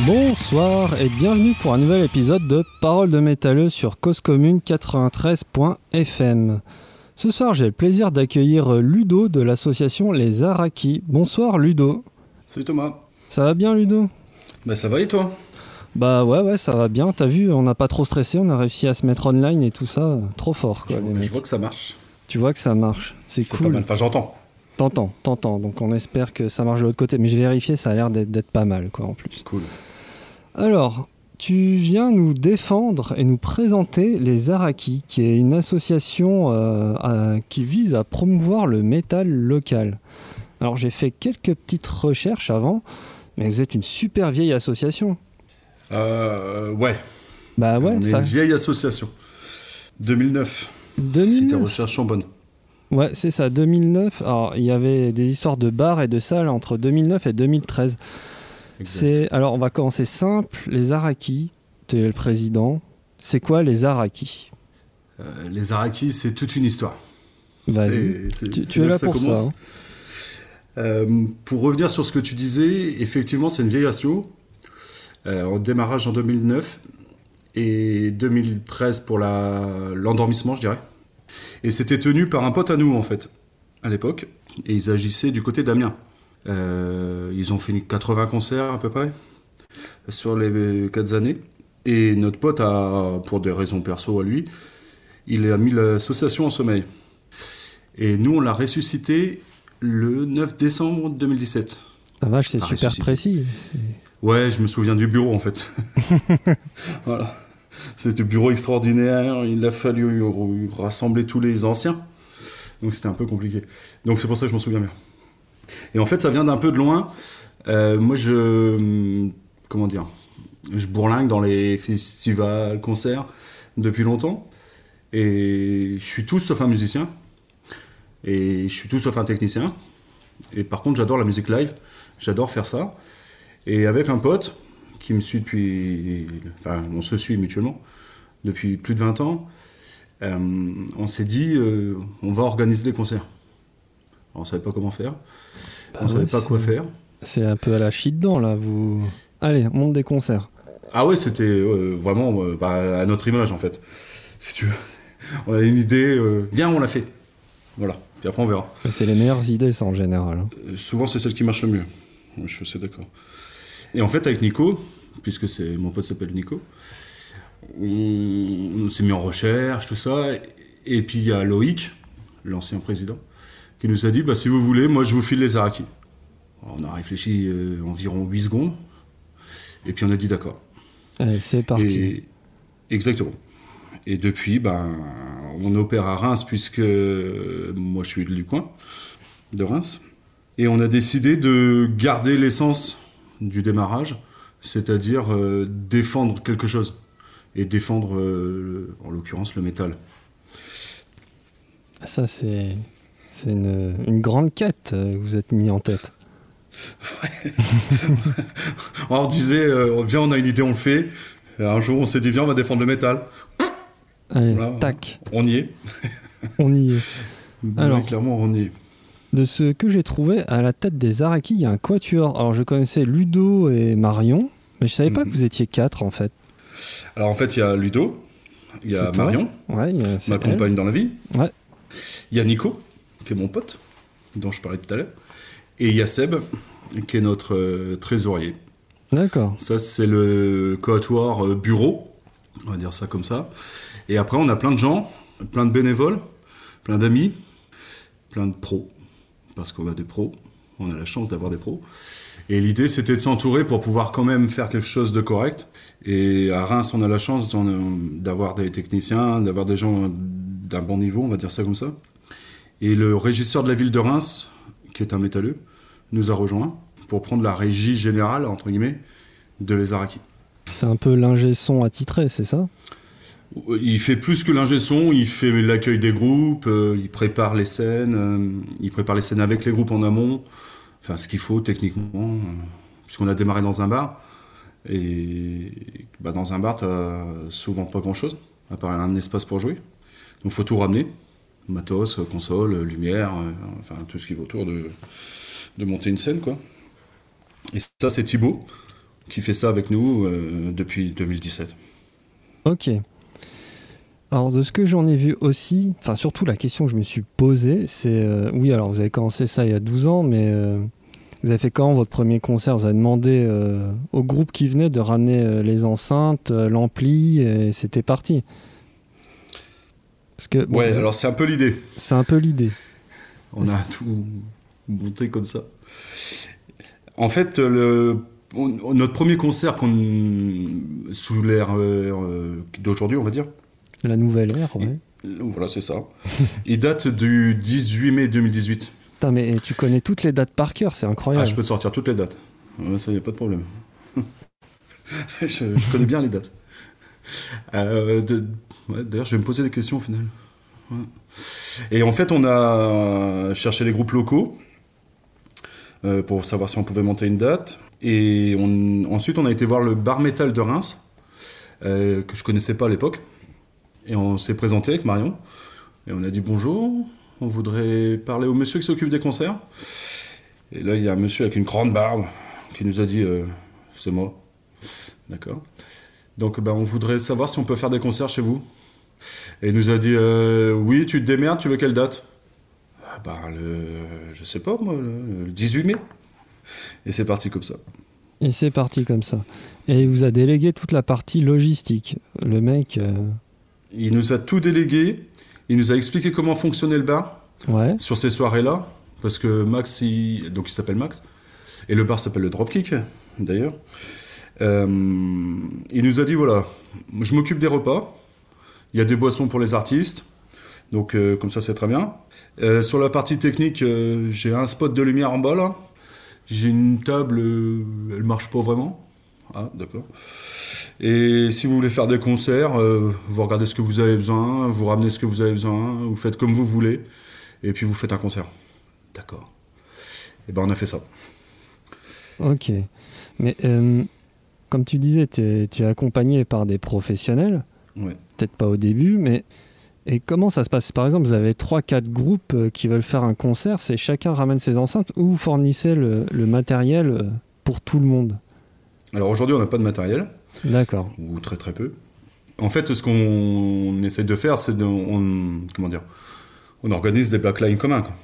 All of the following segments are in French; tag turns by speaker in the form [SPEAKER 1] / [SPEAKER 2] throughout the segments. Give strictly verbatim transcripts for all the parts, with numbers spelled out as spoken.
[SPEAKER 1] Bonsoir et bienvenue pour un nouvel épisode de Paroles de métalleux sur Cause Commune quatre-vingt-treize point F M. Ce soir, j'ai le plaisir d'accueillir Ludo de l'association Les Araquis. Bonsoir Ludo.
[SPEAKER 2] Salut Thomas.
[SPEAKER 1] Ça va bien Ludo ?
[SPEAKER 2] Bah ça va et toi ?
[SPEAKER 1] Bah ouais ouais ça va bien, t'as vu, on n'a pas trop stressé, on a réussi à se mettre online et tout ça, trop fort quoi.
[SPEAKER 2] Je,
[SPEAKER 1] les
[SPEAKER 2] vois,
[SPEAKER 1] mecs.
[SPEAKER 2] je vois que ça marche.
[SPEAKER 1] Tu vois que ça marche, c'est,
[SPEAKER 2] c'est
[SPEAKER 1] cool.
[SPEAKER 2] Pas mal. Enfin j'entends.
[SPEAKER 1] T'entends, t'entends, donc on espère que ça marche de l'autre côté, mais j'ai vérifié, ça a l'air d'être, d'être pas mal quoi en plus.
[SPEAKER 2] Cool.
[SPEAKER 1] Alors, tu viens nous défendre et nous présenter Les Araquis, qui est une association euh, à, qui vise à promouvoir le métal local. Alors j'ai fait quelques petites recherches avant, mais vous êtes une super vieille association.
[SPEAKER 2] Euh, ouais.
[SPEAKER 1] Bah ouais,
[SPEAKER 2] on est
[SPEAKER 1] ça.
[SPEAKER 2] une vieille association. deux mille neuf.
[SPEAKER 1] deux mille neuf.
[SPEAKER 2] Si tes recherches sont bonnes.
[SPEAKER 1] Ouais, c'est ça, deux mille neuf. Alors, il y avait des histoires de bars et de salles entre deux mille neuf et deux mille treize.
[SPEAKER 2] Exact.
[SPEAKER 1] C'est, alors, on va commencer simple. Les Araquis, tu es le président. C'est quoi les Araquis ?
[SPEAKER 2] Euh, les Araquis, c'est toute une histoire.
[SPEAKER 1] Vas-y.
[SPEAKER 2] Et c'est,
[SPEAKER 1] tu,
[SPEAKER 2] c'est
[SPEAKER 1] tu es là
[SPEAKER 2] ça
[SPEAKER 1] pour
[SPEAKER 2] commence.
[SPEAKER 1] ça. Hein.
[SPEAKER 2] Euh, pour revenir sur ce que tu disais, effectivement, c'est une vieille asso. Euh, en démarrage en deux mille neuf et deux mille treize pour la, l'endormissement, je dirais. Et c'était tenu par un pote à nous, en fait, à l'époque. Et ils agissaient du côté d'Amiens. Euh, ils ont fait quatre-vingts concerts, à peu près, sur les quatre années. Et notre pote, a, pour des raisons perso à lui, il a mis l'association en sommeil. Et nous, on l'a ressuscité le neuf décembre deux mille dix-sept.
[SPEAKER 1] Ah vache, c'est
[SPEAKER 2] Ah,
[SPEAKER 1] super
[SPEAKER 2] ressuscité.
[SPEAKER 1] précis.
[SPEAKER 2] Ouais, je me souviens du bureau, en fait. Voilà. C'était un bureau extraordinaire, il a fallu rassembler tous les anciens, donc c'était un peu compliqué. Donc c'est pour ça que je m'en souviens bien. Et en fait, ça vient d'un peu de loin. Euh, moi, je... Comment dire ? Je bourlingue dans les festivals, concerts, depuis longtemps. Et je suis tout sauf un musicien. Et je suis tout sauf un technicien. Et par contre, j'adore la musique live. J'adore faire ça. Et avec un pote qui me suit depuis... Enfin, on se suit mutuellement depuis plus de vingt ans. Euh, on s'est dit, euh, on va organiser des concerts. Alors, on ne savait pas comment faire.
[SPEAKER 1] Bah
[SPEAKER 2] on ne
[SPEAKER 1] ouais,
[SPEAKER 2] savait pas
[SPEAKER 1] c'est...
[SPEAKER 2] quoi faire.
[SPEAKER 1] C'est un peu à la chie dedans, là. Vous... Allez, on monte des concerts.
[SPEAKER 2] Ah ouais, c'était euh, vraiment euh, bah, à notre image, en fait. Si tu veux. On a une idée, euh, viens, on l'a fait. Voilà. Puis après, on verra.
[SPEAKER 1] Mais c'est les meilleures idées, ça, en général. Hein.
[SPEAKER 2] Euh, souvent, c'est celle qui marche le mieux. Je suis assez d'accord. Et en fait, avec Nico, puisque c'est, mon pote s'appelle Nico, on, on s'est mis en recherche, tout ça. Et puis, il y a Loïc, l'ancien président, qui nous a dit, bah, si vous voulez, moi, je vous file les Araquis. On a réfléchi euh, environ huit secondes. Et puis, on a dit d'accord.
[SPEAKER 1] Allez, c'est parti.
[SPEAKER 2] Et, exactement. Et depuis, ben, on opère à Reims, puisque euh, moi, je suis du coin, de Reims. Et on a décidé de garder l'essence du démarrage, c'est-à-dire euh, défendre quelque chose. Et défendre, euh, en l'occurrence, le métal.
[SPEAKER 1] Ça, c'est, c'est une, une grande quête que vous êtes mis en tête.
[SPEAKER 2] Ouais. On disait, euh, viens, on a une idée, on le fait. Et un jour, on s'est dit, viens, on va défendre le métal.
[SPEAKER 1] Allez,
[SPEAKER 2] Voilà,
[SPEAKER 1] tac.
[SPEAKER 2] On y est.
[SPEAKER 1] On y est. Alors,
[SPEAKER 2] ouais, clairement, on y est.
[SPEAKER 1] De ce que j'ai trouvé, à la tête des Araquis, il y a un quatuor. Alors, je connaissais Ludo et Marion, mais je savais pas mm-hmm. que vous étiez quatre, en fait.
[SPEAKER 2] Alors, en fait, il y a Ludo, il y a
[SPEAKER 1] c'est
[SPEAKER 2] Marion,
[SPEAKER 1] ouais, y a,
[SPEAKER 2] ma compagne dans la vie.
[SPEAKER 1] Ouais.
[SPEAKER 2] Il y a Nico, qui est mon pote, dont je parlais tout à l'heure. Et il y a Seb, qui est notre euh, trésorier.
[SPEAKER 1] D'accord.
[SPEAKER 2] Ça, c'est le quatuor euh, bureau, on va dire ça comme ça. Et après, on a plein de gens, plein de bénévoles, plein d'amis, plein de pros. Parce qu'on a des pros, on a la chance d'avoir des pros. Et l'idée, c'était de s'entourer pour pouvoir quand même faire quelque chose de correct. Et à Reims, on a la chance d'avoir des techniciens, d'avoir des gens d'un bon niveau, on va dire ça comme ça. Et le régisseur de la ville de Reims, qui est un métalleux, nous a rejoints pour prendre la régie générale, entre guillemets, de Les Araquis.
[SPEAKER 1] C'est un peu l'ingé son attitré, c'est ça ?
[SPEAKER 2] Il fait plus que l'ingé son, il fait l'accueil des groupes, euh, il prépare les scènes, euh, il prépare les scènes avec les groupes en amont, enfin ce qu'il faut techniquement, euh, puisqu'on a démarré dans un bar, et bah, dans un bar t'as souvent pas grand chose, à part un espace pour jouer, donc faut tout ramener, matos, console, lumière, euh, enfin tout ce qui va autour de, de monter une scène quoi. Et ça c'est Thibaut, qui fait ça avec nous euh, depuis deux mille dix-sept.
[SPEAKER 1] Ok. Alors de ce que j'en ai vu aussi, enfin surtout la question que je me suis posée, c'est euh, oui, alors vous avez commencé ça il y a douze ans, mais euh, vous avez fait quand votre premier concert? Vous avez demandé euh, au groupe qui venait de ramener euh, les enceintes, euh, l'ampli, et c'était parti. Parce que, bon,
[SPEAKER 2] Ouais,
[SPEAKER 1] vous-
[SPEAKER 2] alors c'est un peu l'idée.
[SPEAKER 1] c'est un peu l'idée.
[SPEAKER 2] On
[SPEAKER 1] Est-ce
[SPEAKER 2] a tout monté comme ça. En fait, le, on- notre premier concert qu'on, sous l'ère euh, d'aujourd'hui, on va dire,
[SPEAKER 1] La nouvelle ère, ouais.
[SPEAKER 2] voilà, c'est ça, il date du dix-huit mai deux mille dix-huit.
[SPEAKER 1] Putain, mais tu connais toutes les dates par cœur, c'est
[SPEAKER 2] Ah,
[SPEAKER 1] incroyable.
[SPEAKER 2] je peux te sortir toutes les dates. Ouais, ça, y a pas de problème. je, je connais bien les dates. Euh, de- ouais, d'ailleurs, je vais me poser des questions au final. Ouais. Et en fait, on a cherché les groupes locaux euh, pour savoir si on pouvait monter une date. Et on- ensuite, on a été voir le bar métal de Reims, euh, que je connaissais pas à l'époque. Et on s'est présenté avec Marion. Et on a dit bonjour, on voudrait parler au monsieur qui s'occupe des concerts. Et là, il y a un monsieur avec une grande barbe qui nous a dit euh, c'est moi. D'accord. Donc, bah, on voudrait savoir si on peut faire des concerts chez vous. Et il nous a dit euh, oui, tu te démerdes, tu veux quelle date? Ah, bah, le, je sais pas, moi, le, le dix-huit mai. Et c'est parti comme ça.
[SPEAKER 1] Et c'est parti comme ça. Et il vous a délégué toute la partie logistique. Le mec, euh,
[SPEAKER 2] Il nous a tout délégué. Il nous a expliqué comment fonctionnait le bar
[SPEAKER 1] ouais.
[SPEAKER 2] sur ces soirées-là. Parce que Max, il, donc il s'appelle Max. Et le bar s'appelle le Dropkick, d'ailleurs. Euh, il nous a dit voilà, je m'occupe des repas. Il y a des boissons pour les artistes. Donc, euh, comme ça, c'est très bien. Euh, sur la partie technique, euh, j'ai un spot de lumière en bas, là. J'ai une table, euh, elle marche pas vraiment. Ah, d'accord. Et si vous voulez faire des concerts, euh, vous regardez ce que vous avez besoin, vous ramenez ce que vous avez besoin, vous faites comme vous voulez, et puis vous faites un concert. D'accord. Et ben on a fait ça.
[SPEAKER 1] Ok. Mais euh, comme tu disais, t'es- tu es accompagné par des professionnels.
[SPEAKER 2] Ouais.
[SPEAKER 1] Peut-être pas au début, mais... Et comment ça se passe? Par exemple, vous avez trois quatre groupes euh, qui veulent faire un concert, c'est chacun ramène ses enceintes, ou vous fournissez le, le matériel euh, pour tout le monde?
[SPEAKER 2] Alors aujourd'hui, on n'a pas de matériel,
[SPEAKER 1] D'accord.
[SPEAKER 2] ou très très peu. En fait, ce qu'on essaie de faire, c'est de, on, comment dire, on organise des backlines communs, quoi.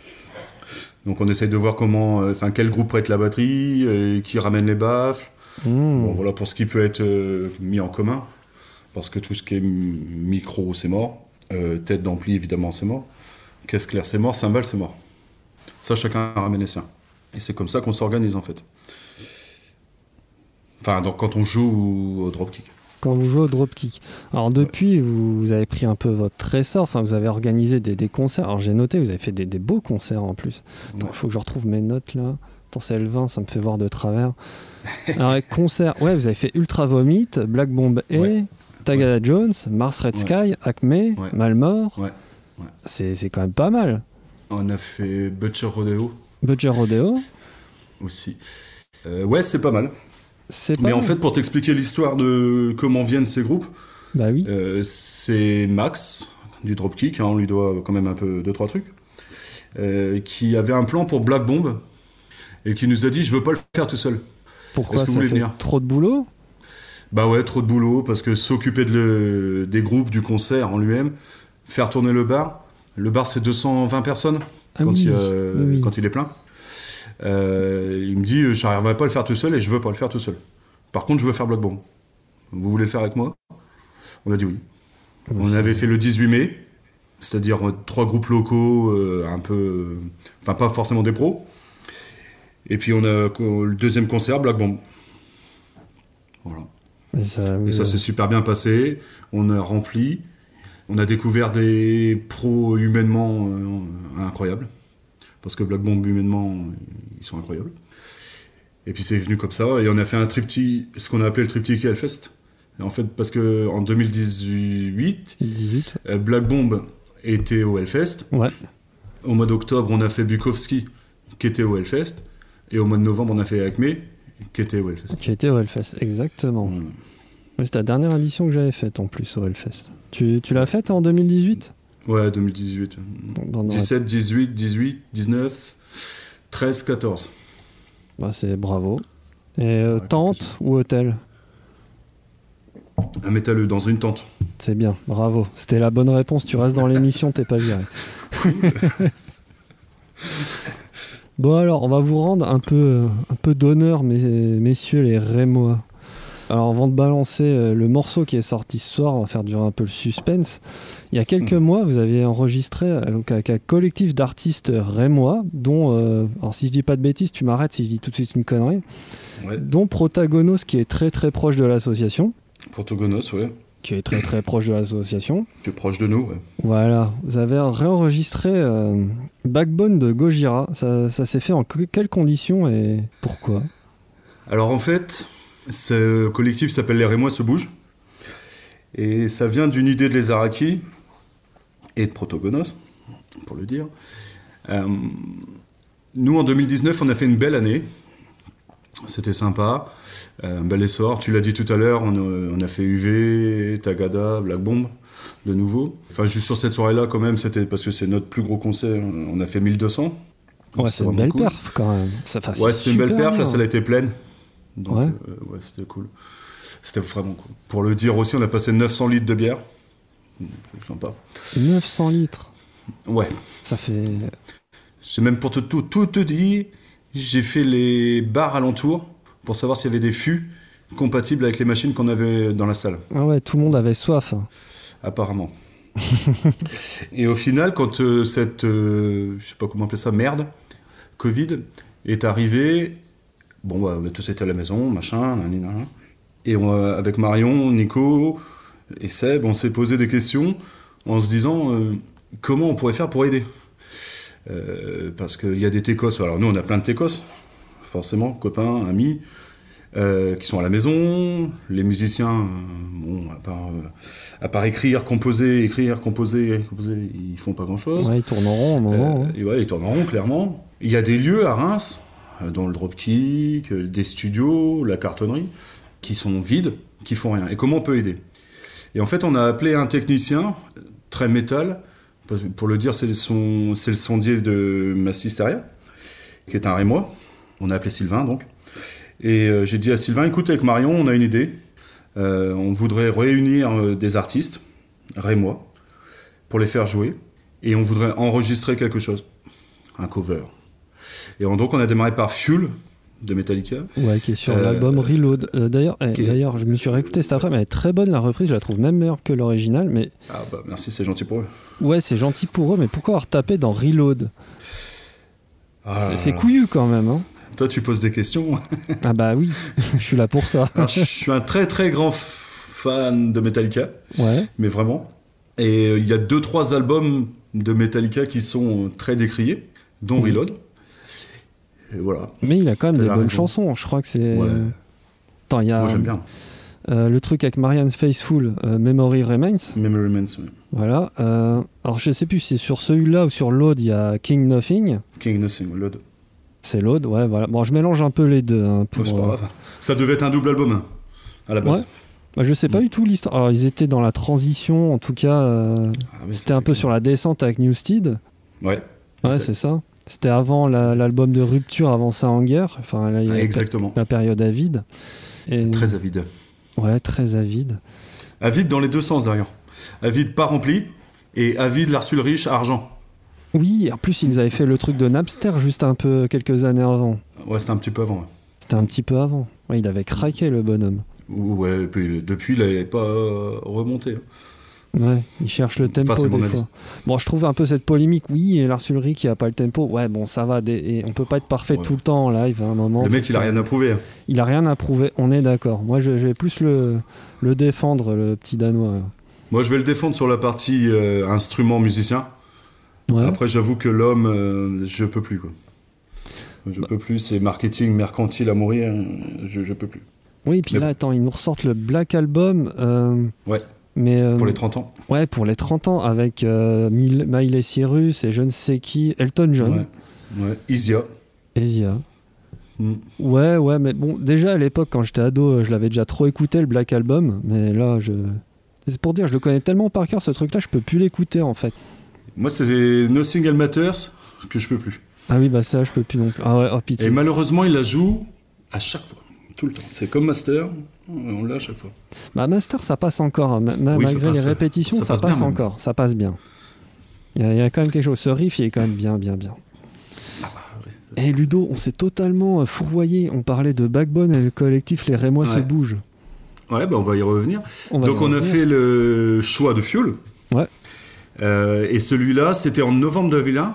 [SPEAKER 2] Donc on essaye de voir comment, euh, enfin quel groupe prête la batterie, euh, qui ramène les baffles.
[SPEAKER 1] Mmh.
[SPEAKER 2] Bon, voilà pour ce qui peut être euh, mis en commun, parce que tout ce qui est m- micro, c'est mort. Euh, tête d'ampli, évidemment, c'est mort. Caisse claire, c'est mort. Cymbale, c'est mort. Ça, chacun ramène les siens. Et c'est comme ça qu'on s'organise, en fait. Enfin, donc, quand on joue au dropkick.
[SPEAKER 1] Quand vous jouez au dropkick. Alors depuis, vous, vous avez pris un peu votre essor, enfin vous avez organisé des, des concerts. Alors j'ai noté, vous avez fait des, des beaux concerts en plus. Il
[SPEAKER 2] Ouais.
[SPEAKER 1] faut que je retrouve mes notes là. Attends, c'est le vingt, ça me fait voir de travers. Alors les concerts, ouais, vous avez fait Ultra Vomit, Black Bomb et
[SPEAKER 2] Ouais.
[SPEAKER 1] Tagada Jones, Mars Red
[SPEAKER 2] Ouais.
[SPEAKER 1] Sky, Acme,
[SPEAKER 2] Ouais.
[SPEAKER 1] Malmort.
[SPEAKER 2] Ouais. Ouais.
[SPEAKER 1] C'est, c'est quand même pas mal.
[SPEAKER 2] On a fait Butcher Rodeo
[SPEAKER 1] Butcher Rodeo,
[SPEAKER 2] aussi. Euh, ouais, c'est pas mal.
[SPEAKER 1] c'est pas
[SPEAKER 2] Mais
[SPEAKER 1] mal.
[SPEAKER 2] en fait, pour t'expliquer l'histoire de comment viennent ces groupes,
[SPEAKER 1] Bah oui.
[SPEAKER 2] euh, c'est Max du Dropkick, hein, on lui doit quand même un peu deux trois trucs, euh, qui avait un plan pour Black Bomb et qui nous a dit je veux pas le faire tout seul.
[SPEAKER 1] Pourquoi
[SPEAKER 2] est-ce que vous
[SPEAKER 1] ça
[SPEAKER 2] voulez
[SPEAKER 1] fait
[SPEAKER 2] venir
[SPEAKER 1] trop de boulot?
[SPEAKER 2] Bah ouais, trop de boulot parce que s'occuper de le- des groupes, du concert en lui-même, faire tourner le bar. Le bar c'est deux cent vingt personnes
[SPEAKER 1] Ah
[SPEAKER 2] quand,
[SPEAKER 1] oui,
[SPEAKER 2] il, euh,
[SPEAKER 1] oui, oui.
[SPEAKER 2] quand il est plein. Euh, il me dit je n'arriverai pas à le faire tout seul et je veux pas le faire tout seul. Par contre, je veux faire Black Bomb. Vous voulez le faire avec moi? On a dit oui.
[SPEAKER 1] Ouais,
[SPEAKER 2] On
[SPEAKER 1] c'est-
[SPEAKER 2] avait fait le dix-huit mai, c'est-à-dire euh, trois groupes locaux, euh, un peu, euh, enfin pas forcément des pros. Et puis on a co- le deuxième concert, Black Bomb. Voilà.
[SPEAKER 1] Mais ça,
[SPEAKER 2] Et
[SPEAKER 1] vous
[SPEAKER 2] ça
[SPEAKER 1] avez-
[SPEAKER 2] s'est super bien passé. On a rempli. On a découvert des pros humainement euh, incroyables. Parce que Black Bomb humainement, ils sont incroyables. Et puis c'est venu comme ça. Et on a fait un triptyque, ce qu'on a appelé le triptyque Hellfest. Et en fait, parce qu'en deux mille dix-huit,
[SPEAKER 1] dix-huit.
[SPEAKER 2] euh, Black Bomb était au Hellfest.
[SPEAKER 1] Ouais.
[SPEAKER 2] Au mois d'octobre, on a fait Bukowski, qui était au Hellfest. Et au mois de novembre, on a fait Acme, qui était au Hellfest.
[SPEAKER 1] Qui était au Hellfest, exactement.
[SPEAKER 2] Voilà.
[SPEAKER 1] Ouais, c'est la dernière édition que j'avais faite en plus au Hellfest. Tu, tu l'as faite en deux mille dix-huit?
[SPEAKER 2] Ouais, deux mille dix-huit.
[SPEAKER 1] Dans- dans-
[SPEAKER 2] dix-sept, dix-huit, dix-huit, dix-neuf, treize, quatorze.
[SPEAKER 1] Bah, c'est bravo. Et euh,
[SPEAKER 2] Ouais,
[SPEAKER 1] tente ou hôtel?
[SPEAKER 2] Un métalleux dans une tente.
[SPEAKER 1] C'est bien, bravo. C'était la bonne réponse. Tu restes dans l'émission, t'es pas viré. Bon alors, on va vous rendre un peu, un peu d'honneur, mes, messieurs les Rémois. Alors avant de balancer euh, le morceau qui est sorti ce soir, on va faire durer un peu le suspense. Il y a quelques mmh. mois, vous avez enregistré euh, donc, avec un collectif d'artistes rémois, dont, euh, alors si je dis pas de bêtises, tu m'arrêtes si je dis tout de suite une connerie,
[SPEAKER 2] ouais.
[SPEAKER 1] dont Protagonos qui est très très proche de l'association.
[SPEAKER 2] Protagonos, ouais.
[SPEAKER 1] Qui est très très proche de l'association.
[SPEAKER 2] Qui est proche de nous, ouais.
[SPEAKER 1] Voilà, vous avez réenregistré euh, Backbone de Gojira. Ça, ça s'est fait en que- quelles conditions et pourquoi?
[SPEAKER 2] Alors en fait, ce collectif s'appelle Les Rémois se bougent. Et ça vient d'une idée de Les Araquis et de Protagonos, pour le dire. Euh, nous, en deux mille dix-neuf, on a fait une belle année. C'était sympa. Un bel essor. Tu l'as dit tout à l'heure, on a, on a fait U V, Tagada, Black Bomb, de nouveau. Enfin, juste sur cette soirée-là, quand même, c'était parce que c'est notre plus gros concert. On a fait mille deux cents.
[SPEAKER 1] Ouais, c'est une belle cool. perf, quand même. Ça, c'est
[SPEAKER 2] ouais, c'était une belle perf. Bien. La salle était pleine. Donc,
[SPEAKER 1] ouais.
[SPEAKER 2] Euh, ouais, c'était cool. C'était vraiment cool. Pour le dire aussi, on a passé neuf cents litres de bière. C'est sympa.
[SPEAKER 1] neuf cents litres.
[SPEAKER 2] Ouais.
[SPEAKER 1] Ça fait...
[SPEAKER 2] J'ai même pour te, tout, tout te dire, j'ai fait les bars alentours pour savoir s'il y avait des fûts compatibles avec les machines qu'on avait dans la salle.
[SPEAKER 1] Ah ouais, tout le monde avait soif.
[SPEAKER 2] Apparemment. Et au final, quand euh, cette, euh, je sais pas comment appeler ça, merde, Covid, est arrivée, bon, bah, on a tous été à la maison, machin, nanana, et on, avec Marion, Nico et Seb, on s'est posé des questions en se disant euh, comment on pourrait faire pour aider. Euh, parce qu'il y a des técos, alors nous on a plein de técos, forcément, copains, amis, euh, qui sont à la maison, les musiciens, euh, bon, à part, euh, à part écrire, composer, écrire, composer, composer, ils font pas grand-chose.
[SPEAKER 1] Ouais, ils tournent en rond au moment.
[SPEAKER 2] Euh,
[SPEAKER 1] hein.
[SPEAKER 2] et ouais, ils tournent en rond, clairement. Il y a des lieux à Reims, euh, dont le dropkick, euh, des studios, la cartonnerie, qui sont vides, qui font rien. Et comment on peut aider ? Et en fait, on a appelé un technicien, très métal. Pour le dire, c'est le, son, c'est le sondier de Massisteria, qui est un Rémois. On a appelé Sylvain, donc. Et euh, j'ai dit à Sylvain, écoute, avec Marion, on a une idée. Euh, on voudrait réunir euh, des artistes Rémois pour les faire jouer. Et on voudrait enregistrer quelque chose. Un cover. Et on, donc, on a démarré par Fuel, de Metallica.
[SPEAKER 1] Ouais, qui est sur euh, l'album Reload. Euh, d'ailleurs, eh, est... d'ailleurs, je me suis réécouté cet après, mais elle est très bonne la reprise, je la trouve même meilleure que l'original. Mais...
[SPEAKER 2] Ah bah merci, c'est gentil pour eux.
[SPEAKER 1] Ouais, c'est gentil pour eux, mais pourquoi avoir tapé dans Reload ? ah... c'est, c'est couillu quand même. Hein.
[SPEAKER 2] Toi, tu poses des questions.
[SPEAKER 1] Ah bah oui, je suis là pour ça.
[SPEAKER 2] Alors, je suis un très très grand fan de Metallica.
[SPEAKER 1] Ouais.
[SPEAKER 2] Mais vraiment. Et il y a deux trois albums de Metallica qui sont très décriés, dont mmh. Reload. Et voilà.
[SPEAKER 1] Mais il a quand même des bonnes raison. chansons, je crois que c'est...
[SPEAKER 2] Ouais.
[SPEAKER 1] Attends, il y a...
[SPEAKER 2] Moi, j'aime bien.
[SPEAKER 1] Euh, le truc avec Marianne Faithfull, euh, Memory Remains.
[SPEAKER 2] Memory Remains, oui.
[SPEAKER 1] Voilà. Euh, alors, je sais plus si c'est sur celui-là ou sur Load, il y a King Nothing.
[SPEAKER 2] King Nothing, Load.
[SPEAKER 1] C'est Load, ouais, voilà. Bon, je mélange un peu les deux. Hein, pour,
[SPEAKER 2] oh, c'est pas grave. Euh... Ça devait être un double album, hein, à la base.
[SPEAKER 1] Ouais. Bah, je sais pas mmh. du tout l'histoire. Alors, ils étaient dans la transition, en tout cas. Euh, ah, oui, c'était un peu clair. Sur la descente avec Newstead.
[SPEAKER 2] Ouais.
[SPEAKER 1] Ouais, exact. C'est ça. C'était avant la, l'album de Rupture, avant ça en guerre. Enfin, là, il y a ah,
[SPEAKER 2] exactement.
[SPEAKER 1] La période avide. Et...
[SPEAKER 2] Très avide.
[SPEAKER 1] Ouais, très avide.
[SPEAKER 2] Avide dans les deux sens d'ailleurs. Avide pas rempli et avide l'Arsule riche argent.
[SPEAKER 1] Oui, en plus ils avaient fait le truc de Napster juste un peu quelques années avant.
[SPEAKER 2] Ouais, c'était un petit peu avant. Ouais.
[SPEAKER 1] C'était un petit peu avant. Ouais, il avait craqué le bonhomme.
[SPEAKER 2] Ouais, et puis depuis il n'avait pas remonté.
[SPEAKER 1] Ouais, il cherche le tempo enfin, des fois. Bon, je trouve un peu cette polémique, oui, et l'Arsulerie qui a pas le tempo. Ouais, bon, ça va. Des... Et on peut pas être parfait ouais. tout le temps en live. À un moment,
[SPEAKER 2] le mec, il a rien à prouver. Hein.
[SPEAKER 1] Il a rien à prouver. On est d'accord. Moi, je, je vais plus le, le défendre, le petit Danois.
[SPEAKER 2] Moi, je vais le défendre sur la partie euh, instrument musicien. Ouais. Après, j'avoue que l'homme, euh, je peux plus. Quoi. Je bah. peux plus. C'est marketing mercantile à mourir. Je, je peux plus.
[SPEAKER 1] Oui, et puis Mais là, bon. attends, ils nous ressortent le Black Album. Euh...
[SPEAKER 2] Ouais.
[SPEAKER 1] Mais, euh,
[SPEAKER 2] pour les trente ans.
[SPEAKER 1] Ouais, pour les trente ans, avec euh, Miley Cyrus et je ne sais qui, Elton John.
[SPEAKER 2] Ouais, ouais. Isia.
[SPEAKER 1] Isia.
[SPEAKER 2] Mm.
[SPEAKER 1] Ouais, ouais, mais bon, déjà à l'époque, quand j'étais ado, je l'avais déjà trop écouté, le Black Album, mais là, je... c'est pour dire, je le connais tellement par cœur, ce truc-là, je peux plus l'écouter, en fait.
[SPEAKER 2] Moi, c'est Nothing Else Matters que je peux plus.
[SPEAKER 1] Ah oui, bah ça, je peux plus non plus. Ah ouais, oh pitié.
[SPEAKER 2] Et malheureusement, il la joue à chaque fois. Tout le temps. C'est comme Master, on l'a à chaque fois.
[SPEAKER 1] Bah, Master, ça passe encore. Hein. M- oui, malgré les répétitions, ça, ça passe, passe bien, encore. Même. Ça passe bien. Il y, y a quand même quelque chose. Ce riff, il est quand même bien, bien, bien. Ah, ouais. Et Ludo, on s'est totalement fourvoyé. On parlait de Backbone et le collectif Les Rémois ouais. se bougent.
[SPEAKER 2] Ouais, bah on va y revenir.
[SPEAKER 1] On va
[SPEAKER 2] Donc,
[SPEAKER 1] y
[SPEAKER 2] on
[SPEAKER 1] revenir.
[SPEAKER 2] a fait le choix de Fuel.
[SPEAKER 1] Ouais.
[SPEAKER 2] Euh, et celui-là, c'était en novembre deux mille un,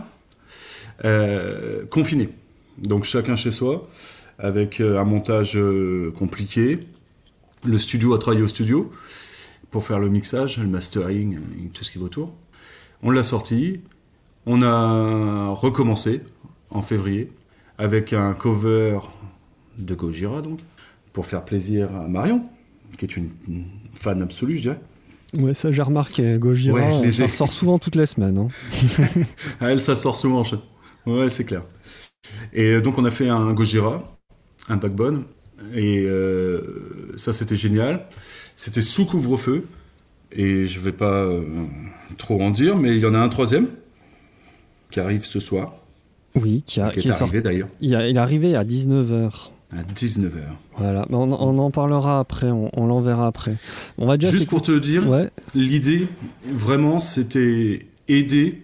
[SPEAKER 2] euh, confiné. Donc, chacun chez soi, avec euh, un montage euh, compliqué. Le studio a travaillé au studio pour faire le mixage, le mastering, tout ce qui va autour. On l'a sorti. On a recommencé en février avec un cover de Gojira, donc, pour faire plaisir à Marion, qui est une, une fan absolue, je dirais.
[SPEAKER 1] Ouais, ça j'ai remarqué. Gojira, ouais, ça ressort souvent toutes les semaines. Hein.
[SPEAKER 2] Elle, ça sort souvent. Ouais, c'est clair. Et donc on a fait un Gojira, un Backbone, et euh, ça c'était génial. C'était sous couvre-feu, et je vais pas euh, trop en dire, mais il y en a un troisième qui arrive ce soir.
[SPEAKER 1] Oui, qui, a,
[SPEAKER 2] qui,
[SPEAKER 1] qui
[SPEAKER 2] est,
[SPEAKER 1] est
[SPEAKER 2] arrivé
[SPEAKER 1] sorti,
[SPEAKER 2] d'ailleurs.
[SPEAKER 1] Il, a, il est arrivé à dix-neuf heures.
[SPEAKER 2] À dix-neuf heures.
[SPEAKER 1] Voilà, on, on en parlera après, on, on l'enverra après. On va déjà
[SPEAKER 2] Juste pour te dire, ouais. l'idée, vraiment, c'était aider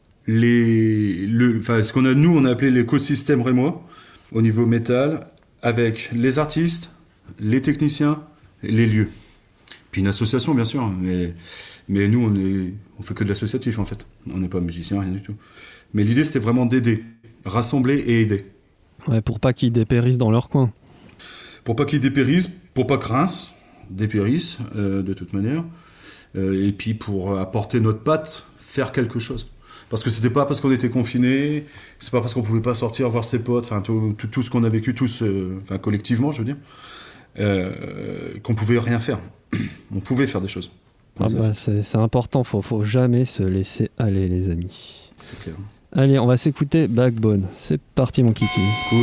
[SPEAKER 2] les, le, enfin, ce qu'on a, nous, on a appelé l'écosystème rémois, au niveau métal, avec les artistes, les techniciens, les lieux. Puis une association, bien sûr, mais, mais nous, on est, on fait que de l'associatif, en fait. On n'est pas musicien, rien du tout. Mais l'idée, c'était vraiment d'aider, rassembler et aider.
[SPEAKER 1] Ouais, pour pas qu'ils dépérissent dans leur coin.
[SPEAKER 2] Pour pas qu'ils dépérissent, pour pas que Reims dépérisse, euh, de toute manière. Euh, et puis pour apporter notre patte, faire quelque chose. Parce que c'était pas parce qu'on était confinés, c'est pas parce qu'on pouvait pas sortir voir ses potes, enfin tout, tout, tout ce qu'on a vécu tous, euh, enfin collectivement, je veux dire, euh, qu'on pouvait rien faire. On pouvait faire des choses.
[SPEAKER 1] Ah bah, c'est, c'est important, faut, faut jamais se laisser aller, les amis.
[SPEAKER 2] C'est clair.
[SPEAKER 1] Allez, on va s'écouter Backbone. C'est parti, mon kiki.
[SPEAKER 2] Cool.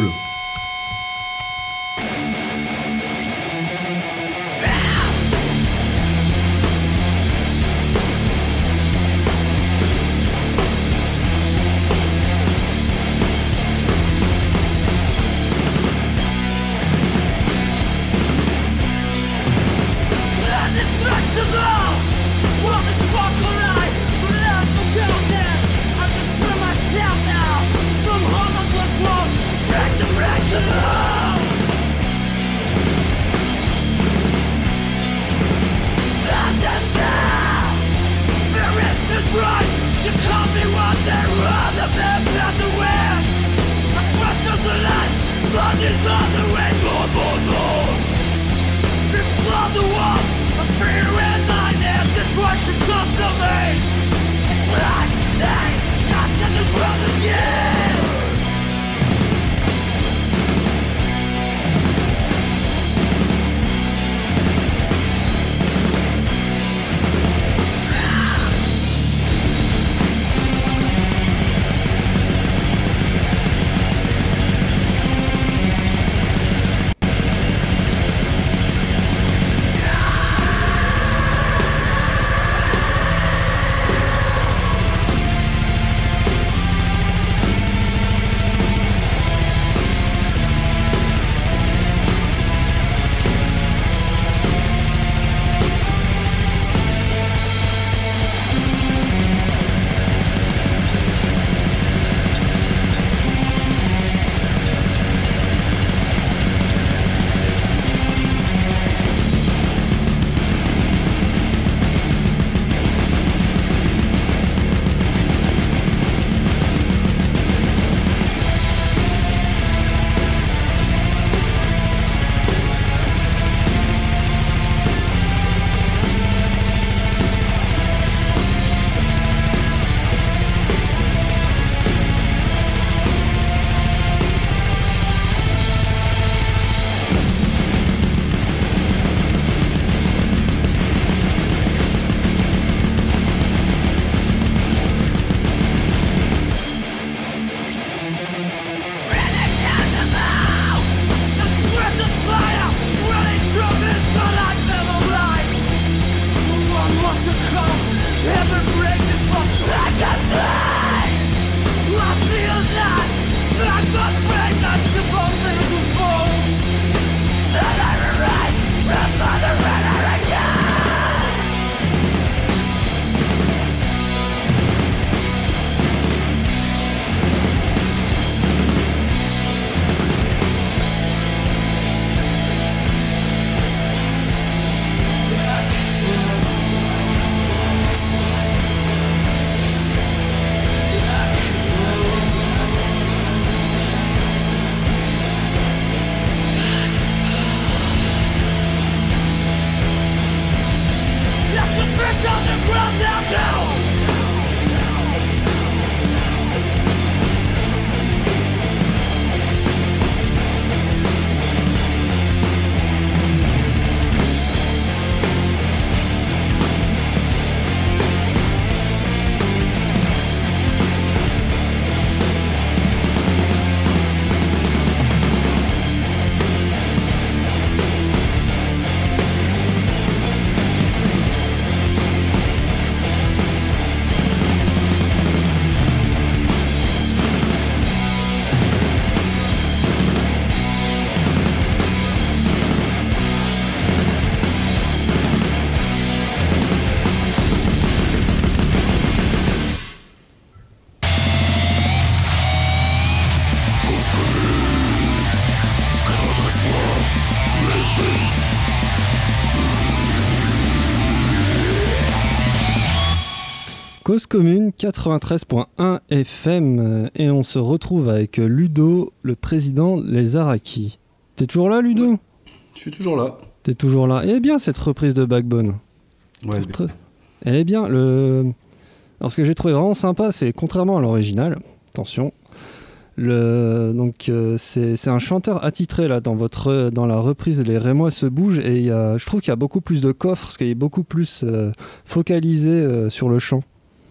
[SPEAKER 1] Cause commune quatre-vingt-treize point un F M et on se retrouve avec Ludo, le président Les Araquis. T'es toujours là, Ludo ?
[SPEAKER 2] Je suis toujours là.
[SPEAKER 1] T'es toujours là. Elle est bien cette reprise de Backbone.
[SPEAKER 2] Ouais,
[SPEAKER 1] Très... Elle est bien. Le... Alors ce que j'ai trouvé vraiment sympa, c'est contrairement à l'original, attention, le... donc euh, c'est, c'est un chanteur attitré là dans votre dans la reprise. Les Rémois se bougent et il y a... je trouve qu'il y a beaucoup plus de coffres parce qu'il est beaucoup plus euh, focalisé euh, sur le chant.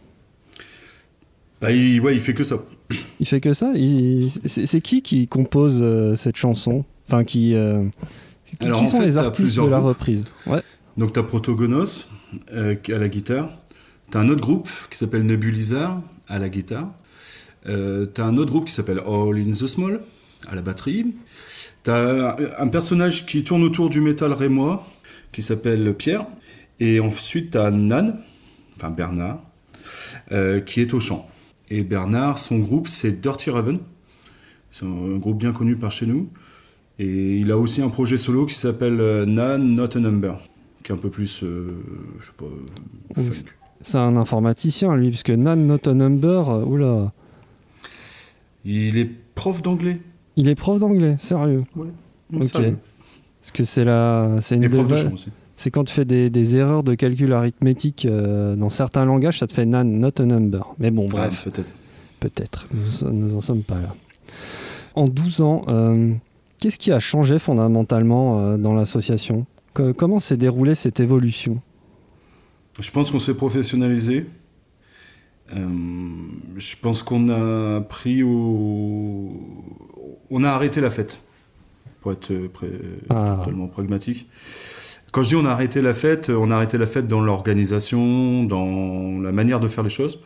[SPEAKER 2] Bah, il, ouais, il fait que ça.
[SPEAKER 1] Il fait que ça. Il... C'est, c'est qui qui compose euh, cette chanson ? Enfin, qui, euh... qui,
[SPEAKER 2] Alors,
[SPEAKER 1] qui sont
[SPEAKER 2] fait,
[SPEAKER 1] les artistes de la groupes. reprise ? Ouais.
[SPEAKER 2] Donc, t'as Protogonos euh, à la guitare. T'as un autre groupe qui s'appelle Nebulizar à la guitare. Euh, t'as un autre groupe qui s'appelle All in the Small à la batterie. T'as un personnage qui tourne autour du métal rémois qui s'appelle Pierre. Et ensuite, t'as Nan, enfin Bernard, euh, qui est au chant. Et Bernard, son groupe, c'est Dirty Raven. C'est un groupe bien connu par chez nous. Et il a aussi un projet solo qui s'appelle Nan Not a Number, qui est un peu plus, euh, je sais pas,
[SPEAKER 1] euh, funk. C'est un informaticien, lui, puisque Nan Not a Number, euh, oula.
[SPEAKER 2] Il est prof d'anglais.
[SPEAKER 1] Il est prof d'anglais, sérieux.
[SPEAKER 2] Ouais.
[SPEAKER 1] Ok.
[SPEAKER 2] Sérieux.
[SPEAKER 1] Parce que c'est la, c'est une
[SPEAKER 2] Et prof
[SPEAKER 1] des
[SPEAKER 2] de
[SPEAKER 1] va-
[SPEAKER 2] chant aussi.
[SPEAKER 1] C'est quand tu fais des, des erreurs de calcul arithmétique euh, dans certains langages, ça te fait Nan Not a Number. Mais bon, bref.
[SPEAKER 2] Ah, peut-être.
[SPEAKER 1] Peut-être. Nous, nous en sommes pas là. En douze ans, euh, qu'est-ce qui a changé fondamentalement euh, dans l'association ? Que, Comment s'est déroulée cette évolution ?
[SPEAKER 2] Je pense qu'on s'est professionnalisé. Euh, je pense qu'on a pris au... On a arrêté la fête, pour être pré...
[SPEAKER 1] Ah.
[SPEAKER 2] totalement pragmatique. Quand je dis on a arrêté la fête, on a arrêté la fête dans l'organisation, dans la manière de faire les choses.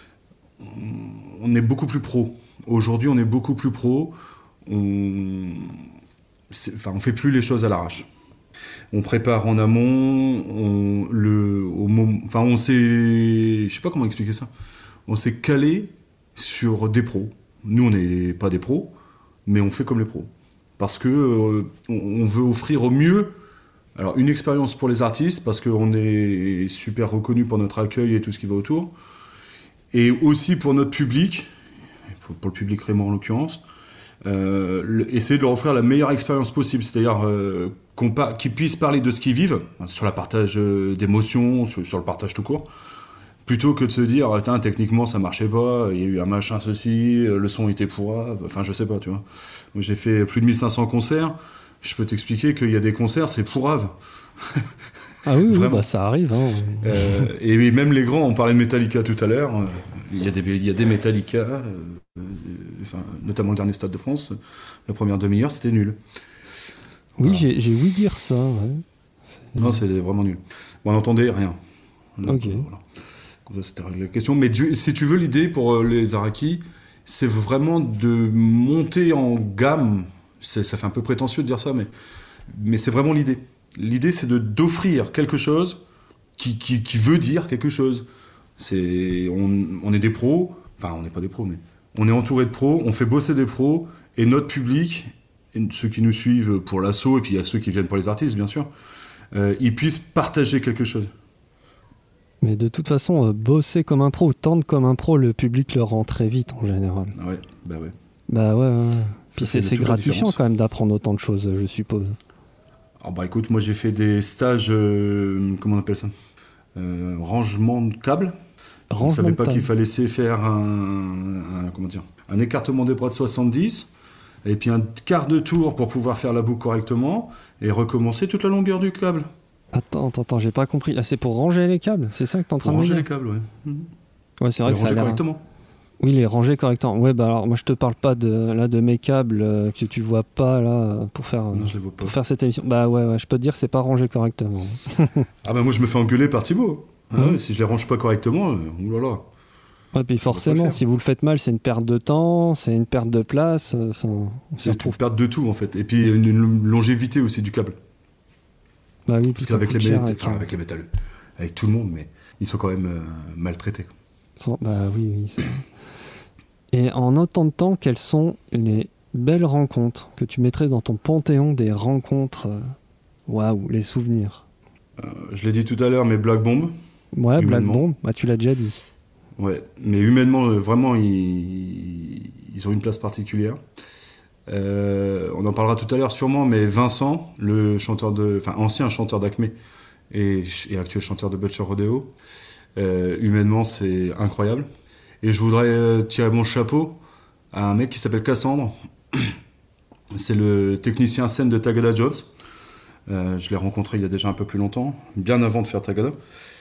[SPEAKER 2] On est beaucoup plus pro. Aujourd'hui, on est beaucoup plus pro. On... C'est... Enfin, on fait plus les choses à l'arrache. On prépare en amont, on, le, au moment, enfin on s'est, je sais pas comment expliquer ça, on s'est calé sur des pros. Nous on n'est pas des pros, mais on fait comme les pros. Parce que euh, on, on veut offrir au mieux, alors une expérience pour les artistes, parce qu'on est super reconnu pour notre accueil et tout ce qui va autour, et aussi pour notre public, pour, pour le public rémois en l'occurrence, Euh, le, essayer de leur offrir la meilleure expérience possible, c'est-à-dire euh, qu'on par, qu'ils puissent parler de ce qu'ils vivent, sur le partage euh, d'émotions, sur, sur le partage tout court, plutôt que de se dire ah, techniquement ça marchait pas, il y a eu un machin ceci, le son était pourrave, enfin je sais pas, tu vois. Moi, j'ai fait plus de mille cinq cents concerts, je peux t'expliquer qu'il y a des concerts, c'est pourrave.
[SPEAKER 1] Ah oui, oui bah ça arrive. Hein.
[SPEAKER 2] Euh, et même les grands, on parlait de Metallica tout à l'heure, euh, il y a des, il y a des Metallica, euh, euh, enfin, notamment le dernier Stade de France, la première demi-heure, c'était nul.
[SPEAKER 1] Oui,
[SPEAKER 2] Voilà.
[SPEAKER 1] j'ai, j'ai ouï dire ça. Ouais.
[SPEAKER 2] C'est... Non, c'est vraiment nul. Bon, on n'entendait rien. Donc,
[SPEAKER 1] ok.
[SPEAKER 2] euh, voilà. Comme ça, c'était réglé la question. Mais du, si tu veux, l'idée pour euh, les Araquis, c'est vraiment de monter en gamme. C'est, ça fait un peu prétentieux de dire ça, mais, mais c'est vraiment l'idée. L'idée, c'est de, d'offrir quelque chose qui, qui, qui veut dire quelque chose. C'est, on, on est des pros, enfin, on n'est pas des pros, mais on est entouré de pros, on fait bosser des pros, et notre public, et ceux qui nous suivent pour l'assaut, et puis il y a ceux qui viennent pour les artistes, bien sûr, euh, ils puissent partager quelque chose.
[SPEAKER 1] Mais de toute façon, euh, bosser comme un pro ou tendre comme un pro, le public le rend très vite en général.
[SPEAKER 2] Ah ouais, bah ouais.
[SPEAKER 1] Bah ouais, ouais. Puis
[SPEAKER 2] Ça,
[SPEAKER 1] c'est, c'est gratifiant quand même d'apprendre autant de choses, je suppose.
[SPEAKER 2] Alors bah écoute, moi j'ai fait des stages, euh, comment on appelle ça euh, rangement de câbles.
[SPEAKER 1] Rangement
[SPEAKER 2] Je ne savais
[SPEAKER 1] de
[SPEAKER 2] pas
[SPEAKER 1] table.
[SPEAKER 2] qu'il fallait laisser faire un, un, comment dire, un écartement des bras de soixante-dix, et puis un quart de tour pour pouvoir faire la boucle correctement, et recommencer toute la longueur du câble.
[SPEAKER 1] Attends, attends, attends, j'ai pas compris. Ah, c'est pour ranger les câbles, c'est ça que t'es en train
[SPEAKER 2] Pour
[SPEAKER 1] de me
[SPEAKER 2] ranger
[SPEAKER 1] dire
[SPEAKER 2] les câbles, ouais. Mmh.
[SPEAKER 1] Ouais, c'est vrai
[SPEAKER 2] Les
[SPEAKER 1] que ça a
[SPEAKER 2] ranger
[SPEAKER 1] l'air...
[SPEAKER 2] correctement.
[SPEAKER 1] Oui, les ranger correctement. Ouais, bah alors moi je te parle pas de là de mes câbles euh, que tu vois pas là pour faire euh,
[SPEAKER 2] Non, je les vois pas.
[SPEAKER 1] pour faire cette émission. Bah ouais, ouais, je peux te dire que c'est pas rangé correctement.
[SPEAKER 2] Ah bah moi je me fais engueuler par Thibaut. Ah
[SPEAKER 1] Mmh.
[SPEAKER 2] ouais, si je les range pas correctement, euh, oulala.
[SPEAKER 1] Ouais, puis
[SPEAKER 2] Faut pas
[SPEAKER 1] forcément,
[SPEAKER 2] le faire.
[SPEAKER 1] si vous le faites mal, c'est une perte de temps, c'est une perte de place. Enfin, euh, on s'y
[SPEAKER 2] C'est une
[SPEAKER 1] retrouve.
[SPEAKER 2] perte de tout en fait. Et puis une, une longévité aussi du câble.
[SPEAKER 1] Bah oui, puis
[SPEAKER 2] Parce
[SPEAKER 1] ça
[SPEAKER 2] qu'avec
[SPEAKER 1] coûte
[SPEAKER 2] les,
[SPEAKER 1] cher,
[SPEAKER 2] mét-
[SPEAKER 1] avec,
[SPEAKER 2] enfin,
[SPEAKER 1] euh,
[SPEAKER 2] avec les métalleux, avec tout le monde, mais ils sont quand même euh, maltraités.
[SPEAKER 1] sans- Bah oui, oui. c'est- Et en autant de temps, quelles sont les belles rencontres que tu mettrais dans ton panthéon des rencontres euh, waouh, les souvenirs.
[SPEAKER 2] Euh, je l'ai dit tout à l'heure, mais Black Bomb.
[SPEAKER 1] Ouais, Black
[SPEAKER 2] Humainement.
[SPEAKER 1] Bomb, bah tu l'as déjà dit.
[SPEAKER 2] Ouais, mais humainement, euh, vraiment, ils, ils ont une place particulière. Euh, on en parlera tout à l'heure sûrement, mais Vincent, le chanteur de, enfin ancien chanteur d'Acme et, et actuel chanteur de Butcher Rodeo, euh, humainement c'est incroyable. Et je voudrais euh, tirer mon chapeau à un mec qui s'appelle Cassandre. C'est le technicien scène de Tagada Jones. Euh, je l'ai rencontré il y a déjà un peu plus longtemps, bien avant de faire Tagada.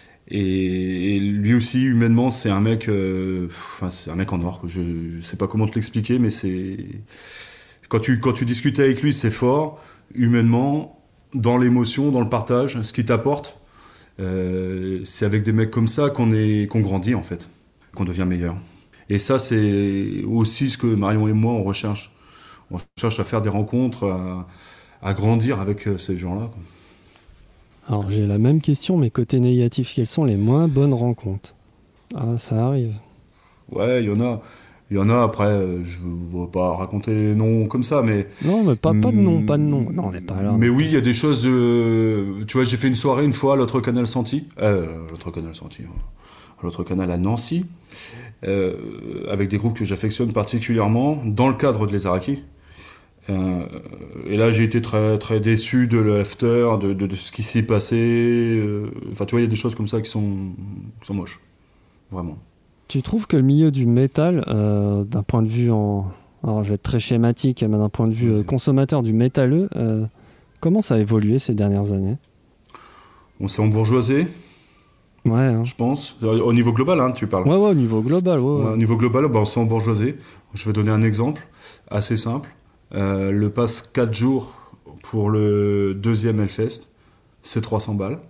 [SPEAKER 2] Et, et lui aussi, humainement, c'est un mec, euh, enfin, c'est un mec en or. Quoi. Je, je sais pas comment te l'expliquer, mais c'est quand tu quand tu discutes avec lui, c'est fort. Humainement, dans l'émotion, dans le partage, ce qu'il t'apporte, euh, c'est avec des mecs comme ça qu'on est qu'on grandit en fait, qu'on devient meilleur. Et ça, c'est aussi ce que Marion et moi on recherche. On cherche à faire des rencontres, à, à grandir avec ces gens-là. Quoi.
[SPEAKER 1] Alors j'ai la même question, mais côté négatif, quelles sont les moins bonnes rencontres? Ah, ça arrive.
[SPEAKER 2] Ouais, il y en a. Il y en a, après, euh, je ne vais pas raconter les noms comme ça, mais...
[SPEAKER 1] Non, mais pas, pas de nom, pas de nom. Non, on n'est pas là.
[SPEAKER 2] Mais oui, il y a des choses... Euh, tu vois, j'ai fait une soirée une fois à l'autre canal Santi. Euh, l'autre canal Santi, à l'autre canal à Nancy, euh, avec des groupes que j'affectionne particulièrement, dans le cadre de Les Araquis. Euh, et là, j'ai été très, très déçu de l'after, de, de, de ce qui s'est passé. Euh, enfin, tu vois, il y a des choses comme ça qui sont, qui sont moches. Vraiment.
[SPEAKER 1] Tu trouves que le milieu du métal, euh, d'un point de vue en... Alors, je vais être très schématique, mais d'un point de vue euh, consommateur du métalleux, euh, comment ça a évolué ces dernières années?
[SPEAKER 2] On s'est embourgeoisé.
[SPEAKER 1] Ouais. Hein.
[SPEAKER 2] Je pense. Au niveau global, hein, tu parles.
[SPEAKER 1] Ouais, ouais, au niveau global. Ouais, ouais.
[SPEAKER 2] Ouais, au niveau global, bah, on s'est embourgeoisé. Je vais donner un exemple assez simple. Euh, le pass quatre jours pour le deuxième Hellfest, c'est trois cents balles.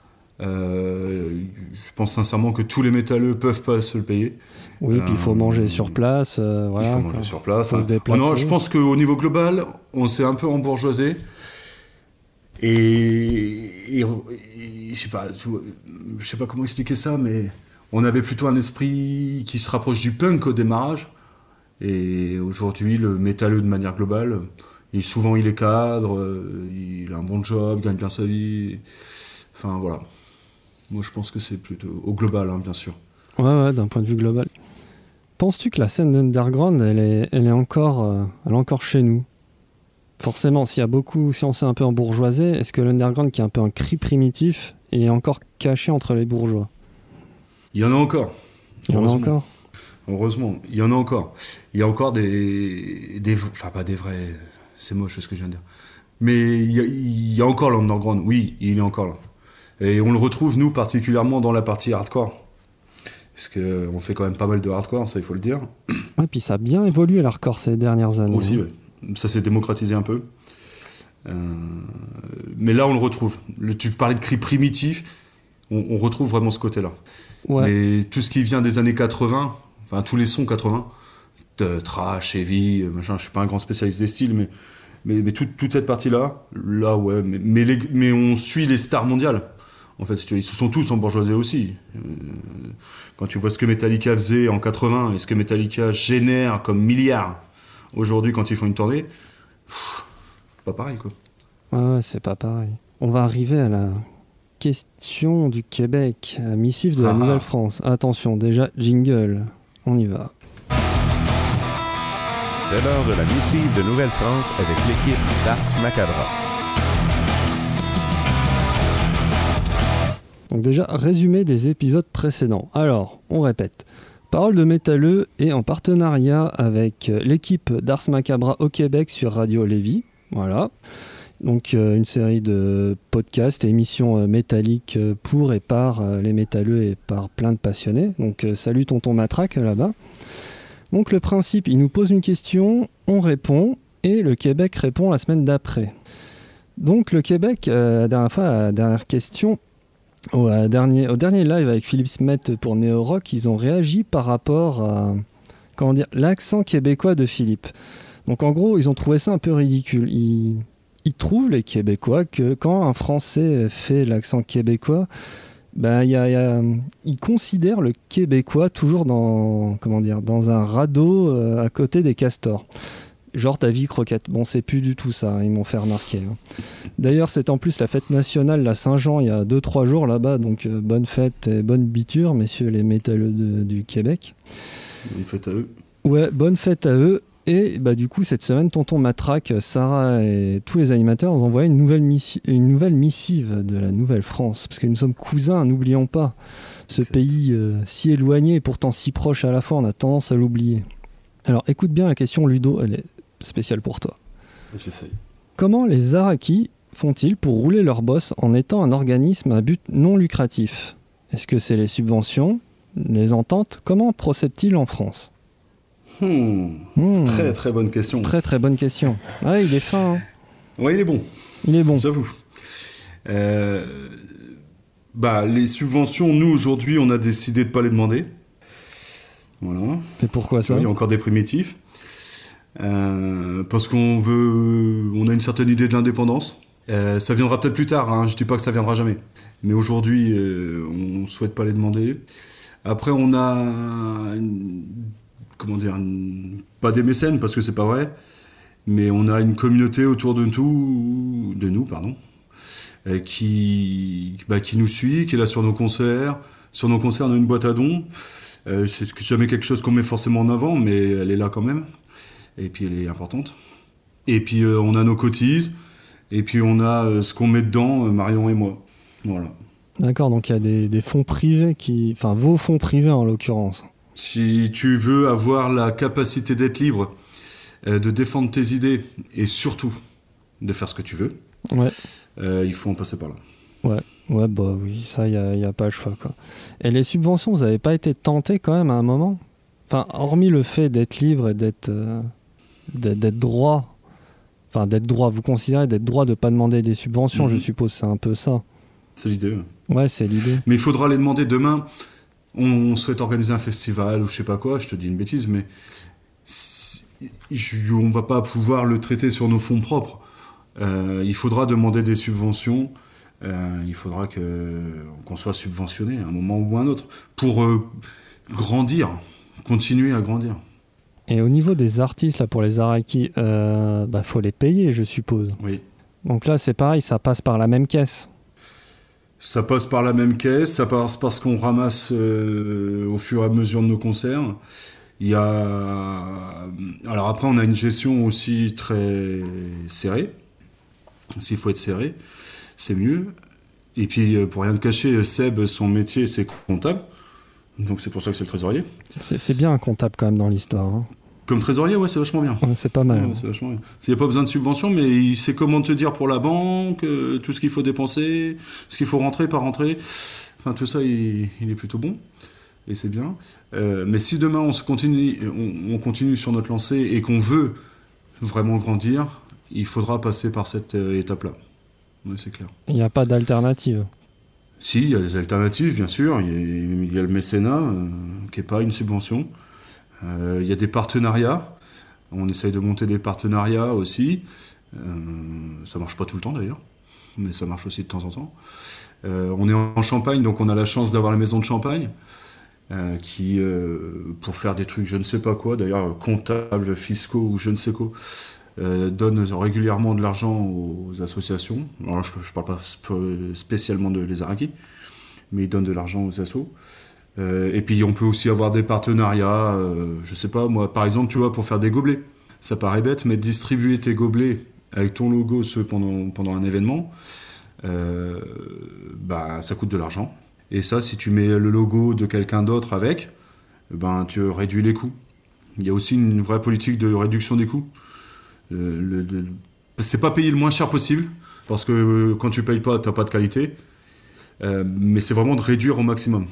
[SPEAKER 2] Euh, je pense sincèrement que tous les métalleux peuvent pas se le payer.
[SPEAKER 1] Oui,
[SPEAKER 2] euh,
[SPEAKER 1] puis il faut manger sur place. Euh, voilà,
[SPEAKER 2] il faut manger
[SPEAKER 1] quoi.
[SPEAKER 2] sur place.
[SPEAKER 1] Faut
[SPEAKER 2] Enfin,
[SPEAKER 1] se déplacer.
[SPEAKER 2] non, je pense qu'au niveau global, on s'est un peu embourgeoisé. Et, et, et je sais pas, je sais pas comment expliquer ça, mais on avait plutôt un esprit qui se rapproche du punk au démarrage. Et aujourd'hui, le métalleux de manière globale, il, souvent il est cadre, il a un bon job, gagne bien sa vie. Enfin voilà. Moi je pense que c'est plutôt au global, hein, bien sûr.
[SPEAKER 1] Ouais, ouais, d'un point de vue global. Penses-tu que la scène underground, elle est, elle est encore, euh, elle est encore chez nous? Forcément, s'il y a beaucoup, si on s'est un peu embourgeoisé, est-ce que l'underground, qui est un peu un cri primitif, est encore caché entre les bourgeois?
[SPEAKER 2] Il y en a encore.
[SPEAKER 1] Il y en a encore.
[SPEAKER 2] Heureusement, il y en a encore. Il y a encore des, des, enfin pas des vrais, c'est moche ce que je viens de dire. Mais il y a, il y a encore l'underground. Oui, il est encore là. Et on le retrouve nous particulièrement dans la partie hardcore. Parce qu'on fait quand même pas mal de hardcore, ça il faut le dire.
[SPEAKER 1] Ouais, puis ça a bien évolué l'hardcore ces dernières années.
[SPEAKER 2] Aussi,
[SPEAKER 1] hein.
[SPEAKER 2] ouais. Ça s'est démocratisé un peu. Euh, mais là, on le retrouve. Le, tu parlais de cris primitifs, on, on retrouve vraiment ce côté-là.
[SPEAKER 1] Ouais.
[SPEAKER 2] Mais tout ce qui vient des années quatre-vingts, enfin tous les sons quatre-vingts, de trash, heavy, machin, je suis pas un grand spécialiste des styles, mais, mais, mais tout, toute cette partie-là, là, ouais, mais, mais, les, mais on suit les stars mondiales. En fait, ils se sont tous embourgeoisés aussi. Euh, quand tu vois ce que Metallica faisait en quatre-vingts et ce que Metallica génère comme milliards aujourd'hui quand ils font une tournée, pff, pas pareil quoi.
[SPEAKER 1] Ouais, ouais, c'est pas pareil. On va arriver à la question du Québec, à missive de la
[SPEAKER 2] Ah.
[SPEAKER 1] Nouvelle-France. Attention, déjà, jingle, on y va.
[SPEAKER 3] C'est l'heure de la missive de Nouvelle-France avec l'équipe d'Ars Macabra.
[SPEAKER 1] Donc déjà, résumé des épisodes précédents. Alors, on répète. Parole de métalleux est en partenariat avec l'équipe d'Ars Macabra au Québec sur Radio Lévis. Voilà. Donc euh, une série de podcasts et émissions euh, métalliques euh, pour et par euh, les métalleux et par plein de passionnés. Donc euh, salut tonton Matraque là-bas. Donc le principe, il nous pose une question, on répond et le Québec répond la semaine d'après. Donc le Québec, euh, la dernière fois, la dernière question, au, euh, dernier, au dernier live avec Philippe Smet pour Neo Rock, ils ont réagi par rapport à comment dire, l'accent québécois de Philippe. Donc en gros, ils ont trouvé ça un peu ridicule. Ils, ils trouvent, les Québécois, que quand un Français fait l'accent québécois, ben, y a, y a, ils considèrent le Québécois toujours dans, comment dire, dans un radeau euh, à côté des castors. Genre ta vie croquette. Bon, c'est plus du tout ça, hein, ils m'ont fait remarquer. Hein. D'ailleurs, c'est en plus la fête nationale, la Saint-Jean, il y a deux trois jours là-bas, donc euh, bonne fête et bonne biture, messieurs les métalleux de, du Québec.
[SPEAKER 2] Bonne fête à eux.
[SPEAKER 1] Ouais, bonne fête à eux. Et bah, du coup, cette semaine, Tonton Matraque, Sarah et tous les animateurs ont envoyé une nouvelle, missi- une nouvelle missive de la Nouvelle-France. Parce que nous sommes cousins, n'oublions pas. Ce
[SPEAKER 2] Exact.
[SPEAKER 1] pays euh, si éloigné et pourtant si proche à la fois, on a tendance à l'oublier. Alors écoute bien la question, Ludo, elle est spéciale pour toi.
[SPEAKER 2] J'essaye.
[SPEAKER 1] Comment les Araquis font-ils pour rouler leur boss en étant un organisme à but non lucratif ? Est-ce que c'est les subventions, les ententes ? Comment procèdent-ils en France ?
[SPEAKER 2] Hmm.
[SPEAKER 1] Hmm,
[SPEAKER 2] Très très bonne question.
[SPEAKER 1] Très très bonne question. Ah, il est fin, hein.
[SPEAKER 2] Ouais, il est bon.
[SPEAKER 1] Il est bon.
[SPEAKER 2] J'avoue. Euh, bah, les subventions, nous aujourd'hui, on a décidé de pas les demander. Voilà.
[SPEAKER 1] Et pourquoi
[SPEAKER 2] Tu
[SPEAKER 1] ça ?
[SPEAKER 2] vois, il y a encore des primitifs. Euh, parce qu'on veut, on a une certaine idée de l'indépendance. Euh, ça viendra peut-être plus tard. Hein, je dis pas que ça viendra jamais. Mais aujourd'hui, euh, on souhaite pas les demander. Après, on a, une, comment dire, une, pas des mécènes parce que c'est pas vrai. Mais on a une communauté autour de nous, de nous, pardon, euh, qui, bah, qui nous suit, qui est là sur nos concerts. Sur nos concerts, on a une boîte à dons. Euh, c'est jamais quelque chose qu'on met forcément en avant, mais elle est là quand même. Et puis elle est importante. Et puis euh, on a nos cotises. Et puis on a euh, ce qu'on met dedans, euh, Marion et moi. Voilà.
[SPEAKER 1] D'accord, donc il y a des, des fonds privés qui... Enfin, vos fonds privés en l'occurrence.
[SPEAKER 2] Si tu veux avoir la capacité d'être libre, euh, de défendre tes idées, et surtout de faire ce que tu veux,
[SPEAKER 1] Ouais.
[SPEAKER 2] euh, il faut en passer par là.
[SPEAKER 1] Ouais, ouais, bah oui, ça, il n'y a, y a pas le choix, quoi. Et les subventions, vous n'avez pas été tenté quand même à un moment ? Enfin, hormis le fait d'être libre et d'être, euh, d'être, d'être droit, enfin d'être droit, vous considérez d'être droit de ne pas demander des subventions,
[SPEAKER 2] Mm-hmm.
[SPEAKER 1] je suppose, c'est un peu ça.
[SPEAKER 2] C'est l'idée.
[SPEAKER 1] Ouais, c'est l'idée.
[SPEAKER 2] Mais il faudra les demander demain. On souhaite organiser un festival ou je sais pas quoi, je te dis une bêtise, mais si, je, on va pas pouvoir le traiter sur nos fonds propres. Euh, il faudra demander des subventions. Euh, il faudra que, qu'on soit subventionné à un moment ou à un autre pour euh, grandir, continuer à grandir.
[SPEAKER 1] Et au niveau des artistes, là, pour les Araquis, euh, bah, faut les payer, je suppose.
[SPEAKER 2] Oui.
[SPEAKER 1] Donc là, c'est pareil, ça passe par la même caisse.
[SPEAKER 2] Ça passe par la même caisse, ça passe parce qu'on ramasse euh, au fur et à mesure de nos concerts. Il y a... Alors après, on a une gestion aussi très serrée. S'il faut être serré, c'est mieux. Et puis, pour rien te cacher, Seb, son métier, c'est comptable. Donc c'est pour ça que c'est le trésorier.
[SPEAKER 1] C'est, c'est bien un comptable quand même dans l'histoire. Hein.
[SPEAKER 2] Comme trésorier, ouais, c'est vachement bien.
[SPEAKER 1] Ouais, c'est pas mal.
[SPEAKER 2] Ouais, c'est vachement bien. Il n'y a pas besoin de subvention, mais il sait comment te dire pour la banque, euh, tout ce qu'il faut dépenser, ce qu'il faut rentrer, pas rentrer. Enfin, tout ça, il, il est plutôt bon. Et c'est bien. Euh, mais si demain, on, se continue, on, on continue sur notre lancée et qu'on veut vraiment grandir, il faudra passer par cette euh, étape-là. Oui, c'est clair.
[SPEAKER 1] Il n'y a pas d'alternative.
[SPEAKER 2] Si, il y a des alternatives, bien sûr. Il y a, il y a le mécénat, euh, qui n'est pas une subvention. Euh, il y a des partenariats. On essaye de monter des partenariats aussi. Euh, ça ne marche pas tout le temps, d'ailleurs. Mais ça marche aussi de temps en temps. Euh, on est en Champagne, donc on a la chance d'avoir la maison de Champagne, euh, qui, euh, pour faire des trucs, je ne sais pas quoi, d'ailleurs, comptables, fiscaux ou je ne sais quoi, Euh, donne régulièrement de l'argent aux associations. Alors, je ne parle pas sp- spécialement de les Araquis, mais ils donnent de l'argent aux assos. Euh, et puis on peut aussi avoir des partenariats, euh, je sais pas, moi par exemple, tu vois, pour faire des gobelets. Ça paraît bête, mais distribuer tes gobelets avec ton logo ceux pendant, pendant un événement, euh, bah, ça coûte de l'argent. Et ça, si tu mets le logo de quelqu'un d'autre avec, ben, tu réduis les coûts. Il y a aussi une vraie politique de réduction des coûts. Le, le, le, c'est pas payer le moins cher possible, parce que euh, quand tu payes pas, t'as pas de qualité. Euh, mais c'est vraiment de réduire au maximum.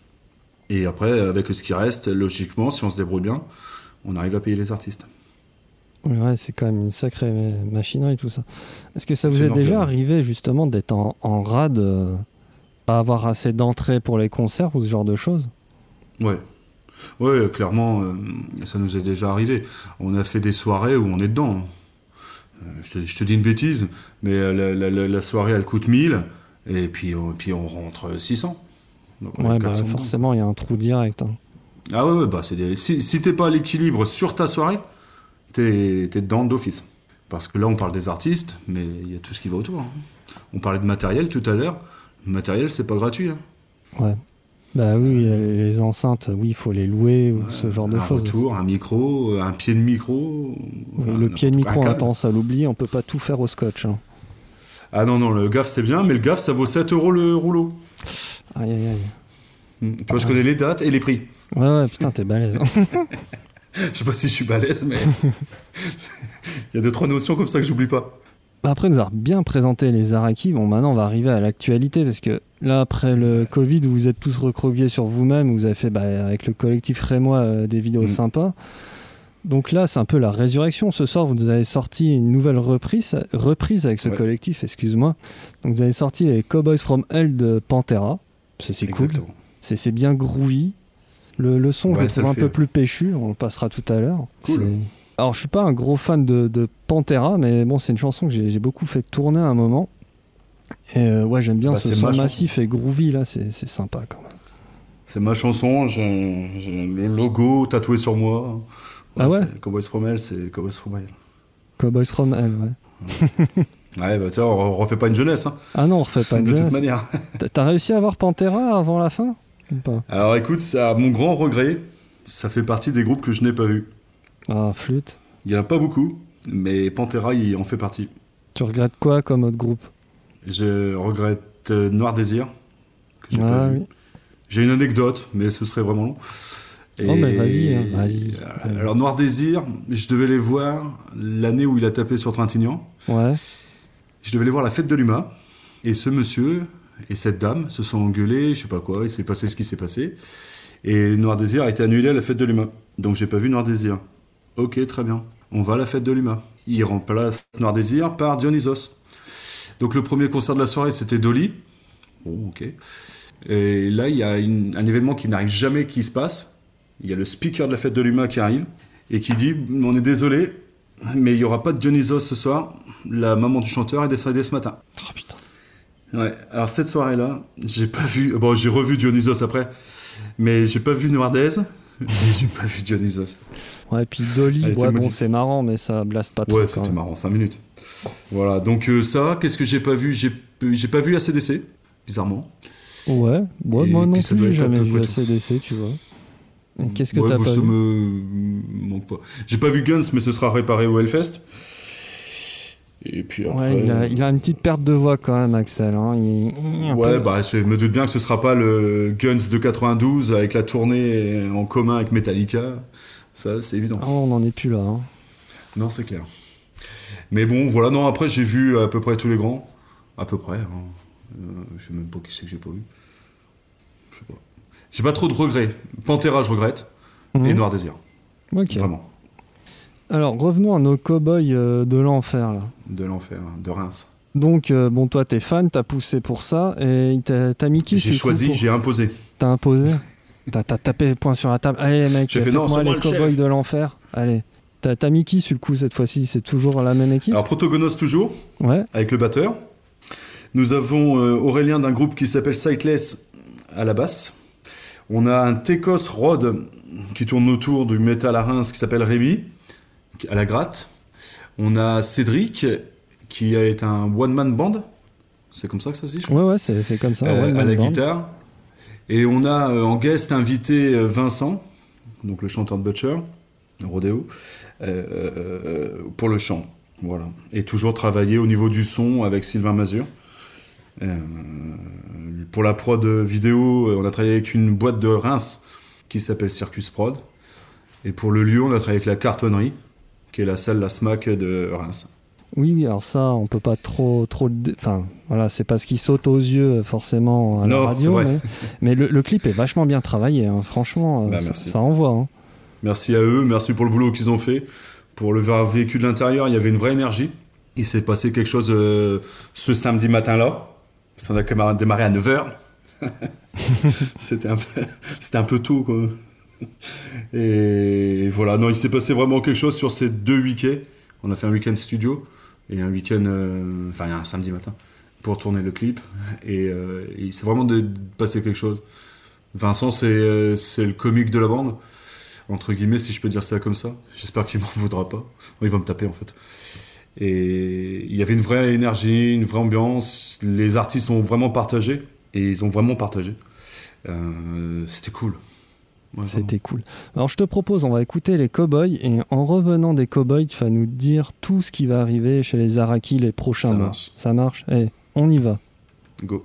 [SPEAKER 2] Et après, avec ce qui reste, logiquement, si on se débrouille bien, on arrive à payer les artistes.
[SPEAKER 1] Ouais, c'est quand même une sacrée machinerie tout ça. Est-ce que ça vous
[SPEAKER 2] C'est
[SPEAKER 1] est déjà
[SPEAKER 2] normal.
[SPEAKER 1] arrivé justement d'être en, en rade, euh, pas avoir assez d'entrées pour les concerts ou ce genre de choses ?
[SPEAKER 2] Ouais. Ouais, clairement, euh, ça nous est déjà arrivé. On a fait des soirées où on est dedans. Euh, je, te, je te dis une bêtise, mais la, la, la, la soirée, elle coûte mille, et puis, on, puis on rentre six cents. Donc on est
[SPEAKER 1] Ouais, bah,
[SPEAKER 2] quatre cents
[SPEAKER 1] forcément, il y a un trou direct. Hein.
[SPEAKER 2] Ah ouais, ouais bah c'est des... si, si t'es pas à l'équilibre sur ta soirée, t'es, t'es dedans d'office. Parce que là, on parle des artistes, mais il y a tout ce qui va autour. Hein. On parlait de matériel tout à l'heure. Le matériel, c'est pas gratuit. Hein.
[SPEAKER 1] Ouais. Bah oui, les enceintes, oui, il faut les louer ou
[SPEAKER 2] Ouais,
[SPEAKER 1] ce genre de
[SPEAKER 2] un
[SPEAKER 1] choses.
[SPEAKER 2] Retour, un micro, un pied de micro.
[SPEAKER 1] Oui,
[SPEAKER 2] enfin,
[SPEAKER 1] le pied de micro, on a
[SPEAKER 2] câble.
[SPEAKER 1] tendance à l'oublier, on peut pas tout faire au scotch. Hein.
[SPEAKER 2] Ah non, non, le gaff, c'est bien, mais le gaff, ça vaut sept euros le rouleau.
[SPEAKER 1] Aïe, aïe, aïe.
[SPEAKER 2] Hmm. Tu vois, je connais les dates et les prix.
[SPEAKER 1] Ouais, ouais, putain, t'es balèze.
[SPEAKER 2] Je sais pas si je suis balèze, mais il y a deux, trois notions comme ça que j'oublie pas.
[SPEAKER 1] Après nous avoir bien présenté les Araки, bon, maintenant on va arriver à l'actualité parce que là, après le Covid, où vous êtes tous recroquevillés sur vous-même, vous avez fait bah, avec le collectif Rémois euh, des vidéos mmh. sympas. Donc là, c'est un peu la résurrection. Ce soir, vous avez sorti une nouvelle reprise, reprise avec ce ouais. collectif, excuse-moi. Donc vous avez sorti les Cowboys from Hell de Pantera. C'est, c'est cool. C'est, c'est bien groovy. Le, le son, ouais, je le trouve un fait. peu plus péchu. On le passera tout à l'heure.
[SPEAKER 2] Cool.
[SPEAKER 1] C'est... Alors, je suis pas un gros fan de, de Pantera, mais bon, c'est une chanson que j'ai, j'ai beaucoup fait tourner à un moment. Et euh, ouais, j'aime bien bah, ce son massif chanson. Et groovy, là, c'est, c'est sympa quand même.
[SPEAKER 2] C'est ma chanson, j'ai, j'ai le logo tatoué sur moi. Ouais,
[SPEAKER 1] ah ouais
[SPEAKER 2] c'est Cowboys from Hell, c'est Cowboys from Hell.
[SPEAKER 1] Cowboys from Hell, ouais.
[SPEAKER 2] Ouais, bah tu vois, on refait pas une jeunesse. Hein.
[SPEAKER 1] Ah non, on refait pas une
[SPEAKER 2] de
[SPEAKER 1] jeunesse.
[SPEAKER 2] De toute manière.
[SPEAKER 1] T'as réussi à avoir Pantera avant la fin ou pas?
[SPEAKER 2] Alors écoute, ça, à mon grand regret, ça fait partie des groupes que je n'ai pas vus.
[SPEAKER 1] Ah, flûte.
[SPEAKER 2] Il y en a pas beaucoup, mais Pantera, il en fait partie.
[SPEAKER 1] Tu regrettes quoi comme autre groupe?
[SPEAKER 2] Je regrette euh, Noir Désir, que j'ai ah, pas vu. Oui. J'ai une anecdote, mais ce serait vraiment long.
[SPEAKER 1] Et oh, mais vas-y, hein, vas-y.
[SPEAKER 2] Alors, Noir Désir, je devais les voir l'année où il a tapé sur Trintignant.
[SPEAKER 1] Ouais.
[SPEAKER 2] Je devais les voir à la fête de l'U M A. Et ce monsieur et cette dame se sont engueulés, je sais pas quoi, il s'est passé ce qui s'est passé. Et Noir Désir a été annulé à la fête de l'U M A. Donc, j'ai pas vu Noir Désir. Ok, très bien. On va à la fête de l'U M A. Il remplace Noir Désir par Dionysos. Donc, le premier concert de la soirée, c'était Dolly. Bon, ok. Et là, il y a une, un événement qui n'arrive jamais, qui se passe. Il y a le speaker de la fête de l'U M A qui arrive et qui dit « On est désolé, mais il n'y aura pas de Dionysos ce soir. La maman du chanteur est décédée ce matin. »
[SPEAKER 1] Oh putain.
[SPEAKER 2] Ouais, alors cette soirée-là, j'ai pas vu... Bon, j'ai revu Dionysos après, mais j'ai pas vu Noirdaise et j'ai pas vu Dionysos.
[SPEAKER 1] Ouais, et puis Dolly, ouais, bon, c'est marrant, mais ça blasse pas trop.
[SPEAKER 2] Ouais, c'était marrant, cinq minutes. Voilà, donc euh, ça, qu'est-ce que j'ai pas vu? J'ai, j'ai pas vu A C D C, bizarrement.
[SPEAKER 1] Ouais, ouais moi non plus, j'ai jamais vu A C D C, tu vois. Et qu'est-ce que
[SPEAKER 2] ouais,
[SPEAKER 1] t'as
[SPEAKER 2] bah,
[SPEAKER 1] pas
[SPEAKER 2] ça
[SPEAKER 1] vu
[SPEAKER 2] me manque pas. J'ai pas vu Guns, mais ce sera réparé au Hellfest. Et puis après...
[SPEAKER 1] Ouais, il a, il a une petite perte de voix quand même, Axel. Hein. Il, il
[SPEAKER 2] ouais,
[SPEAKER 1] peu...
[SPEAKER 2] bah je me doute bien que ce sera pas le Guns de quatre-vingt-douze avec la tournée en commun avec Metallica. Ça, c'est évident.
[SPEAKER 1] Oh, on n'en est plus là. Hein.
[SPEAKER 2] Non, c'est clair. Mais bon, voilà. Non, après, j'ai vu à peu près tous les grands. À peu près. Hein. Euh, je sais même pas qui c'est que j'ai pas vu. Je sais pas. J'ai pas trop de regrets. Pantera, je regrette. Mmh. Et Noir Désir.
[SPEAKER 1] Ok.
[SPEAKER 2] Vraiment.
[SPEAKER 1] Alors, revenons à nos cow-boys euh, de l'enfer, là.
[SPEAKER 2] De l'enfer, de Reims.
[SPEAKER 1] Donc, euh, bon, toi, t'es fan, t'as poussé pour ça, et t'as, t'as mis qui?
[SPEAKER 2] J'ai choisi, pour... j'ai imposé.
[SPEAKER 1] T'as imposé? t'as, t'as tapé point sur la table. Allez, les mecs,
[SPEAKER 2] j'ai fait non,
[SPEAKER 1] moi
[SPEAKER 2] les
[SPEAKER 1] le cow-boys de l'enfer. Allez. T'as, t'as mis qui, sur le coup, cette fois-ci? C'est toujours la même équipe?
[SPEAKER 2] Alors, Protogonos, toujours.
[SPEAKER 1] Ouais.
[SPEAKER 2] Avec le batteur. Nous avons euh, Aurélien d'un groupe qui s'appelle Sightless à la basse. On a un Tekos Rod qui tourne autour du métal à Reims qui s'appelle Rémi, à la gratte. On a Cédric qui est un one-man band. C'est comme ça que ça se dit, je crois.
[SPEAKER 1] Ouais, ouais, c'est, c'est comme ça.
[SPEAKER 2] Euh, à la
[SPEAKER 1] band.
[SPEAKER 2] guitare. Et on a euh, en guest invité euh, Vincent, donc le chanteur de Butcher, Rodeo, euh, euh, pour le chant. Voilà. Et toujours travailler au niveau du son avec Sylvain Mazur. Euh, pour la prod vidéo, on a travaillé avec une boîte de Reims qui s'appelle Circus Prod. Et pour le lieu, on a travaillé avec la Cartonnerie, qui est la salle La Smack de Reims.
[SPEAKER 1] Oui, oui, alors ça, on peut pas trop... trop dé... Enfin, voilà, c'est pas ce qui saute aux yeux, forcément, à
[SPEAKER 2] non,
[SPEAKER 1] la radio.
[SPEAKER 2] C'est vrai.
[SPEAKER 1] Mais, mais le, le clip est vachement bien travaillé, hein. Franchement, bah, ça, ça envoie. Hein.
[SPEAKER 2] Merci à eux, merci pour le boulot qu'ils ont fait. Pour le véhicule de l'intérieur, il y avait une vraie énergie. Il s'est passé quelque chose euh, ce samedi matin-là. On a démarré à neuf heures. c'était, un peu, c'était un peu tôt, quoi. Et voilà, non, il s'est passé vraiment quelque chose sur ces deux week-ends. On a fait un week-end studio et un week-end, euh, enfin un samedi matin, pour tourner le clip. Et, euh, et il s'est vraiment de, de passer quelque chose. Vincent, c'est, c'est le comique de la bande. entre guillemets, si je peux dire ça comme ça. J'espère qu'il m'en voudra pas. Il va me taper en fait. Et il y avait une vraie énergie, une vraie ambiance. Les artistes ont vraiment partagé, et ils ont vraiment partagé. Euh, c'était cool. Ouais,
[SPEAKER 1] c'était cool. Alors je te propose, on va écouter les Cowboys, et en revenant des Cowboys, tu vas nous dire tout ce qui va arriver chez les Araquis les prochains mois. Ça marche. Ça marche. Eh, on y va.
[SPEAKER 2] Go.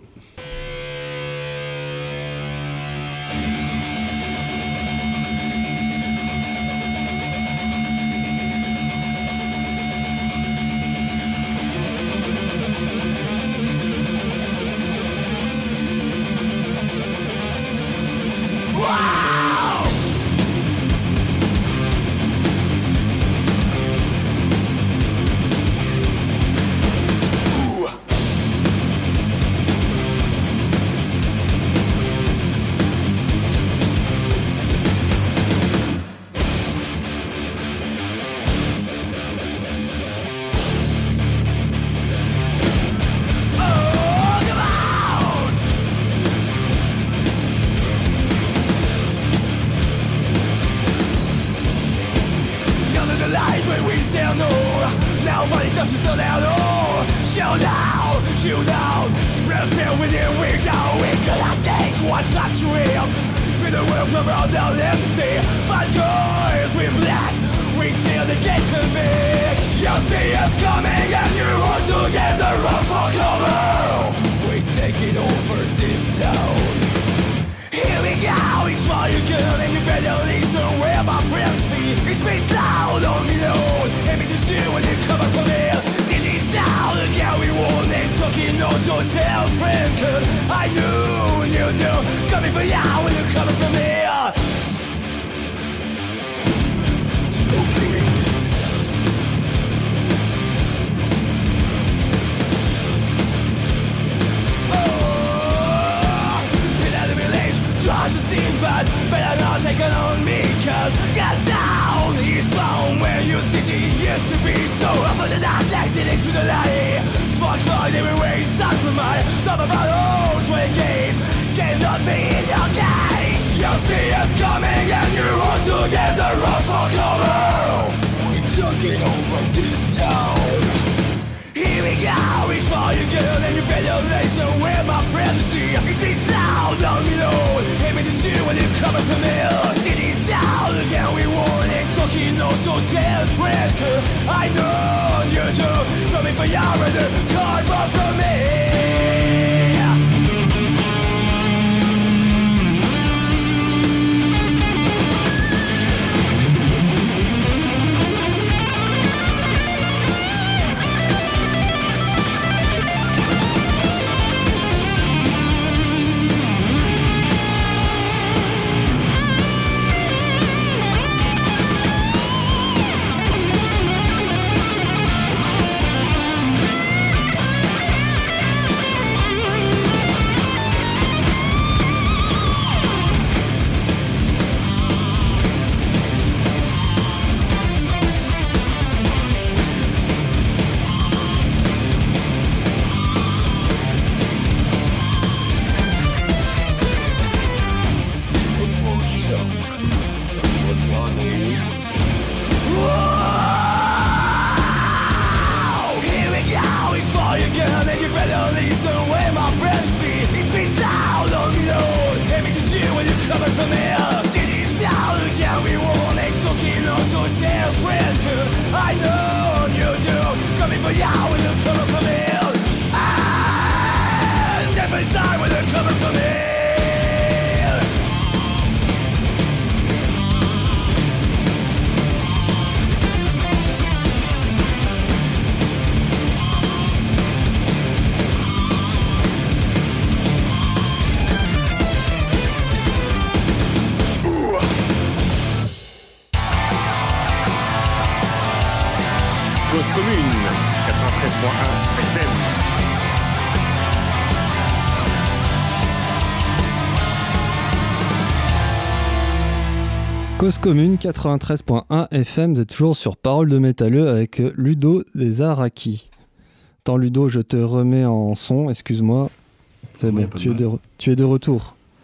[SPEAKER 1] Cause commune quatre-vingt-treize point un F M, vous êtes toujours sur Parole de Métalleux avec Ludo des Araquis. Attends Ludo, je te remets en son, excuse-moi. C'est bon, tu es, de re- tu es de retour.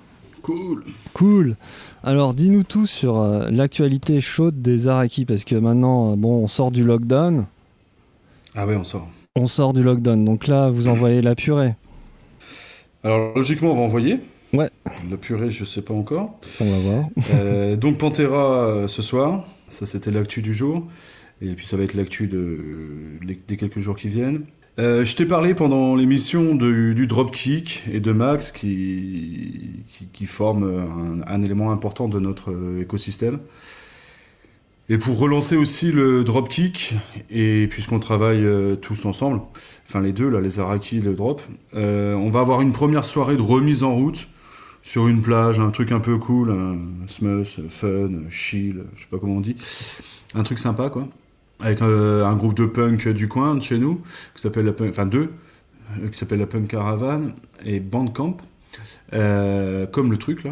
[SPEAKER 2] Cool.
[SPEAKER 1] Cool. Alors, dis-nous tout sur euh, l'actualité chaude des Araaki, parce que maintenant, euh, bon, on sort du lockdown.
[SPEAKER 2] Ah ouais, on sort.
[SPEAKER 1] On sort du lockdown, donc là, vous envoyez la purée.
[SPEAKER 2] Alors, logiquement, on va envoyer.
[SPEAKER 1] Ouais.
[SPEAKER 2] La purée, je sais pas encore.
[SPEAKER 1] On va voir.
[SPEAKER 2] euh, donc, Pantera euh, ce soir. Ça, c'était l'actu du jour. Et puis, ça va être l'actu de, des quelques jours qui viennent. Euh, je t'ai parlé pendant l'émission de, du dropkick et de Max qui, qui, qui forment un, un élément important de notre euh, écosystème. Et pour relancer aussi le dropkick, et puisqu'on travaille euh, tous ensemble, enfin les deux, là, les Araaki et le drop, euh, on va avoir une première soirée de remise en route sur une plage, un truc un peu cool, un smus, fun, chill, je sais pas comment on dit, un truc sympa quoi. Avec euh, un groupe de punk du coin, de chez nous, qui s'appelle la punk, enfin deux, euh, qui s'appelle la Punk Caravan et Bandcamp, euh, comme le truc là.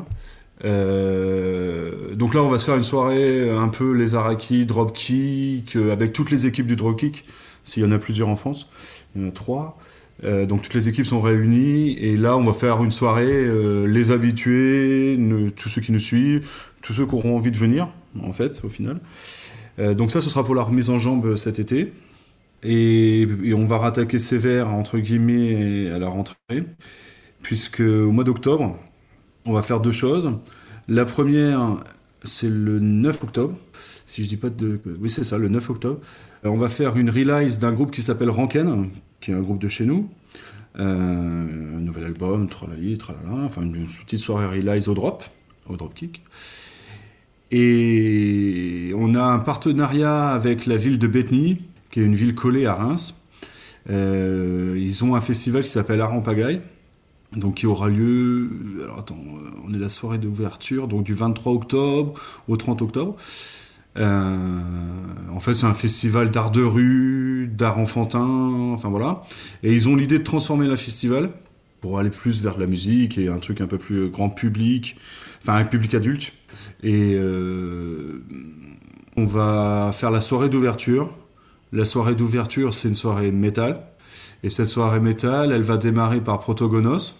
[SPEAKER 2] Euh, donc là, on va se faire une soirée un peu les Araaki, Dropkick, euh, avec toutes les équipes du Dropkick, s'il y en a plusieurs en France, il y en a trois. Euh, donc toutes les équipes sont réunies et là, on va faire une soirée, euh, les habitués, ne, tous ceux qui nous suivent, tous ceux qui auront envie de venir, en fait, au final. Euh, donc ça, ce sera pour la remise en jambe cet été. Et, et on va rattaquer sévère, entre guillemets, à la rentrée. Puisque au mois d'octobre, on va faire deux choses. La première, c'est le neuf octobre. Si je dis pas de... Oui, c'est ça, le neuf octobre. Euh, on va faire une release d'un groupe qui s'appelle Ranken, qui est un groupe de chez nous. Euh, un nouvel album, tralali, tralala. Enfin, une, une petite soirée release au drop, au dropkick. Et on a un partenariat avec la ville de Bétheny, qui est une ville collée à Reims. Euh, ils ont un festival qui s'appelle Art en Pagaille, donc qui aura lieu. Alors attends, on est la soirée d'ouverture, donc du vingt-trois octobre au trente octobre. Euh, en fait, c'est un festival d'art de rue, d'art enfantin, enfin voilà. Et ils ont l'idée de transformer le festival pour aller plus vers la musique et un truc un peu plus grand public, enfin un public adulte. Et euh, on va faire la soirée d'ouverture. La soirée d'ouverture, c'est une soirée métal. Et cette soirée métal, elle va démarrer par Protogonos.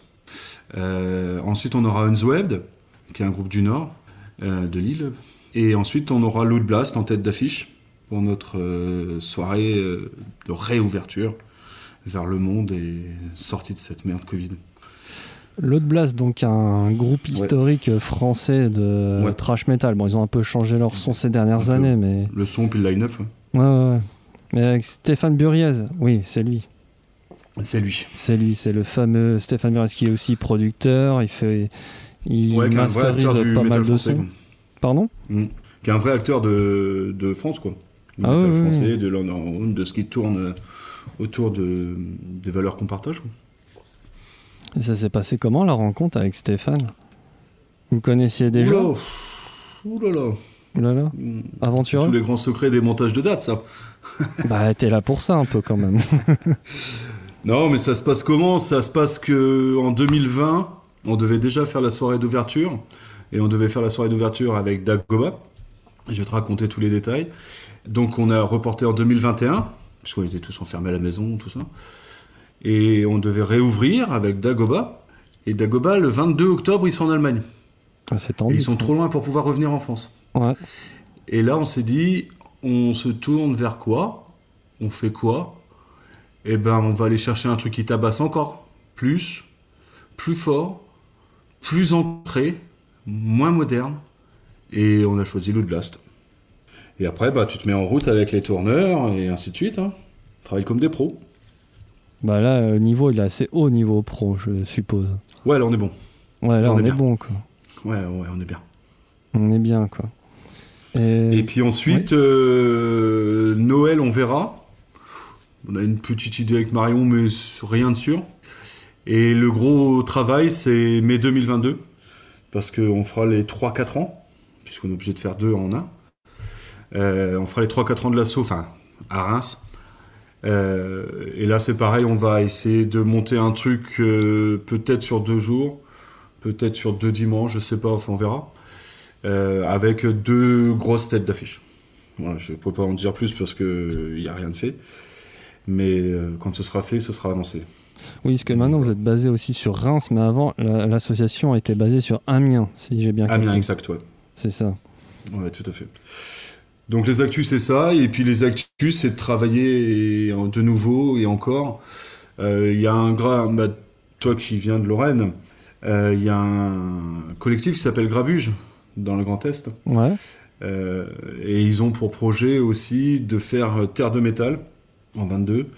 [SPEAKER 2] Euh, ensuite, on aura Unswebbed, qui est un groupe du Nord, euh, de Lille. Et ensuite, on aura Loot Blast en tête d'affiche pour notre euh, soirée euh, de réouverture vers le monde et sortie de cette merde Covid.
[SPEAKER 1] Loot Blast, donc un groupe historique ouais. français de ouais. thrash metal. Bon, ils ont un peu changé leur son ces dernières années, mais...
[SPEAKER 2] Le son puis le line-up, ouais.
[SPEAKER 1] Ouais, ouais, ouais. Mais avec Stéphane Buriez, oui, c'est lui.
[SPEAKER 2] C'est lui.
[SPEAKER 1] C'est lui, c'est le fameux Stéphane Buriez qui est aussi producteur, il fait... Il
[SPEAKER 2] ouais, masterise
[SPEAKER 1] pas mal de sons.
[SPEAKER 2] Quoi.
[SPEAKER 1] Pardon
[SPEAKER 2] mmh. Qui est un vrai acteur de, de France, quoi. Du
[SPEAKER 1] ah,
[SPEAKER 2] métal
[SPEAKER 1] oui,
[SPEAKER 2] français,
[SPEAKER 1] oui.
[SPEAKER 2] de, de, de ce qui tourne autour de, des valeurs qu'on partage, quoi.
[SPEAKER 1] Et ça s'est passé comment, la rencontre avec Stéphane ? Vous connaissiez déjà ?
[SPEAKER 2] Ouh là là.
[SPEAKER 1] Ouh là là. Aventureux ?
[SPEAKER 2] Tous les grands secrets des montages de dates, ça.
[SPEAKER 1] Bah, t'es là pour ça, un peu, quand même.
[SPEAKER 2] Non, mais ça se passe comment ? Ça se passe qu'en deux mille vingt, on devait déjà faire la soirée d'ouverture. Et on devait faire la soirée d'ouverture avec Dagoba. Je vais te raconter tous les détails. Donc, on a reporté en deux mille vingt et un, puisqu'on était tous enfermés à la maison, tout ça. Et on devait réouvrir avec Dagoba. Et Dagoba, le vingt-deux octobre, ils sont en Allemagne.
[SPEAKER 1] Ah, c'est tendu.
[SPEAKER 2] Et ils sont trop loin pour pouvoir revenir en France.
[SPEAKER 1] Ouais.
[SPEAKER 2] Et là, on s'est dit, on se tourne vers quoi ? On fait quoi ? Eh ben, on va aller chercher un truc qui tabasse encore plus, plus fort, plus ancré, moins moderne. Et on a choisi Loot Blast. Et après, bah, tu te mets en route avec les tourneurs et ainsi de suite. Hein. Travaille comme des pros.
[SPEAKER 1] Bah là, le niveau, il est assez haut niveau pro, je suppose.
[SPEAKER 2] Ouais, là, on est bon.
[SPEAKER 1] Ouais, là,
[SPEAKER 2] là,
[SPEAKER 1] on, on
[SPEAKER 2] est,
[SPEAKER 1] est bon, quoi.
[SPEAKER 2] Ouais, ouais, on est bien.
[SPEAKER 1] On est bien, quoi. Et,
[SPEAKER 2] et puis ensuite, oui. euh, Noël, on verra. On a une petite idée avec Marion, mais rien de sûr. Et le gros travail, c'est mai deux mille vingt-deux. Parce qu'on fera les trois quatre ans, puisqu'on est obligé de faire deux en un. Euh, on fera les trois quatre ans de l'assaut, enfin, à Reims. Euh, et là, c'est pareil, on va essayer de monter un truc euh, peut-être sur deux jours, peut-être sur deux dimanches, je sais pas, enfin, on verra. Euh, avec deux grosses têtes d'affiche. Voilà, je ne peux pas en dire plus parce qu'il n'y a rien de fait. Mais euh, quand ce sera fait, ce sera annoncé.
[SPEAKER 1] Oui, parce que maintenant vous êtes basé aussi sur Reims, mais avant la, l'association était basée sur Amiens, si j'ai bien compris.
[SPEAKER 2] Amiens, exact, ouais.
[SPEAKER 1] C'est ça.
[SPEAKER 2] Ouais, tout à fait. Donc les actus, c'est ça, et puis les actus, c'est de travailler et, de nouveau et encore. Il euh, y a un gras, bah, toi qui viens de Lorraine, il euh, y a un collectif qui s'appelle Grabuge, dans le Grand Est.
[SPEAKER 1] Ouais.
[SPEAKER 2] Euh, et ils ont pour projet aussi de faire Terre de Métal en vingt-deux.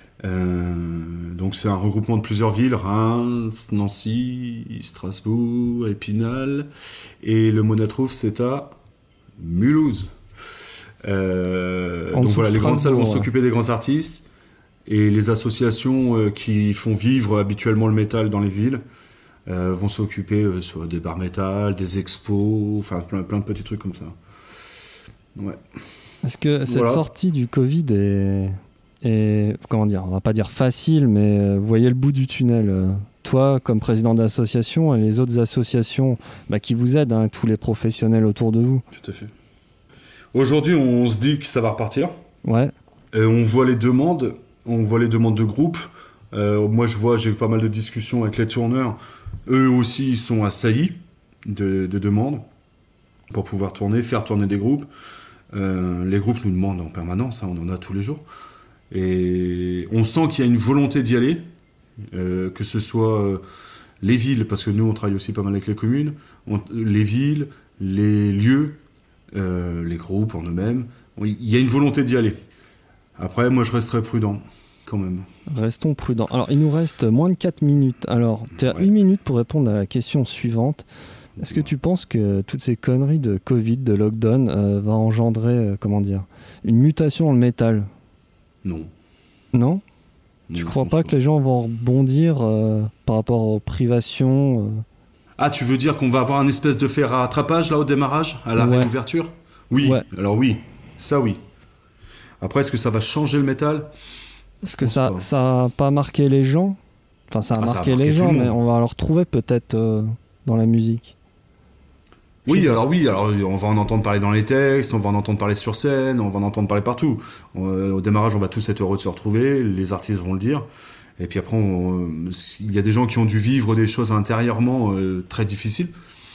[SPEAKER 2] Euh, donc c'est un regroupement de plusieurs villes, Reims, Nancy, Strasbourg, Épinal, et le Monatrouf c'est à Mulhouse. Euh, donc voilà, les grandes salles vont ouais. s'occuper des grands artistes, et les associations euh, qui font vivre habituellement le métal dans les villes euh, vont s'occuper euh, soit des bars métal, des expos, enfin plein, plein de petits trucs comme ça. Ouais.
[SPEAKER 1] Est-ce que cette
[SPEAKER 2] voilà.
[SPEAKER 1] sortie du Covid est, est, comment dire, on va pas dire facile, mais euh, vous voyez le bout du tunnel euh, toi, comme président d'association, et les autres associations bah, qui vous aident, hein, tous les professionnels autour de vous.
[SPEAKER 2] Tout à fait. Aujourd'hui, on se dit que ça va repartir.
[SPEAKER 1] Ouais.
[SPEAKER 2] Et on voit les demandes, on voit les demandes de groupe. Euh, moi, je vois, j'ai eu pas mal de discussions avec les tourneurs. Eux aussi, ils sont assaillis de, de demandes pour pouvoir tourner, faire tourner des groupes. Euh, les groupes nous demandent en permanence, hein, on en a tous les jours. Et on sent qu'il y a une volonté d'y aller, euh, que ce soit euh, les villes, parce que nous on travaille aussi pas mal avec les communes, on, les villes, les lieux, euh, les groupes en eux-mêmes. Il y a une volonté d'y aller. Après, moi je resterai prudent, quand même.
[SPEAKER 1] Restons prudents. Alors, il nous reste moins de quatre minutes. Alors, tu as ouais. une minute pour répondre à la question suivante. Est-ce que tu penses que toutes ces conneries de Covid, de lockdown, euh, va engendrer, euh, comment dire, une mutation dans le métal ?
[SPEAKER 2] Non.
[SPEAKER 1] Non ?
[SPEAKER 2] Non,
[SPEAKER 1] tu crois pas, pas que les gens vont rebondir euh, par rapport aux privations euh...
[SPEAKER 2] Ah, tu veux dire qu'on va avoir un espèce de fait rattrapage là au démarrage, à la ouais. réouverture ? Oui, ouais. Alors oui, ça oui. Après, est-ce que ça va changer le métal ?
[SPEAKER 1] Est-ce que ça n'a pas marqué les gens ? Enfin, ça a, ah, marqué, ça a marqué les gens, mais on va le retrouver peut-être euh, dans la musique.
[SPEAKER 2] Oui, alors oui, alors on va en entendre parler dans les textes, on va en entendre parler sur scène, on va en entendre parler partout. On, au démarrage, on va tous être heureux de se retrouver, les artistes vont le dire. Et puis après, on, il y a des gens qui ont dû vivre des choses intérieurement euh, très difficiles.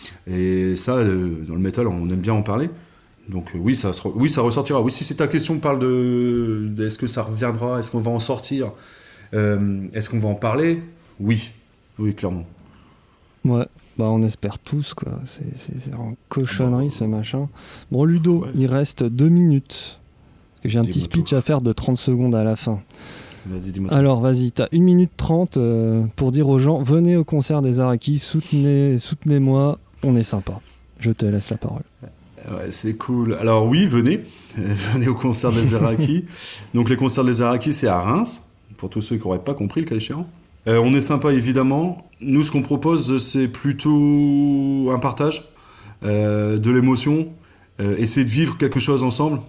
[SPEAKER 2] Et ça, euh, dans le métal, on aime bien en parler. Donc euh, oui, ça, oui, ça ressortira. Oui, si c'est ta question, parle de, de est-ce que ça reviendra, est-ce qu'on va en sortir, euh, est-ce qu'on va en parler ? Oui, oui, clairement.
[SPEAKER 1] Ouais. Bah on espère tous, quoi. C'est, c'est, c'est en cochonnerie, ah bah, ce machin. Bon, Ludo, ouais. il reste deux minutes. Parce que j'ai un dis-moi petit speech tout. à faire de trente secondes à la fin.
[SPEAKER 2] Vas-y, dis-moi
[SPEAKER 1] Alors,
[SPEAKER 2] tout.
[SPEAKER 1] vas-y, t'as une minute trente euh, pour dire aux gens, venez au concert des Araquis, soutenez, soutenez-moi, on est sympa. Je te laisse la parole.
[SPEAKER 2] Ouais, c'est cool. Alors oui, venez. venez au concert des Araquis. Donc les concerts des Araquis, c'est à Reims, pour tous ceux qui n'auraient pas compris le cas échéant. Euh, on est sympa, évidemment. Nous, ce qu'on propose, c'est plutôt un partage, euh, de l'émotion, euh, essayer de vivre quelque chose ensemble.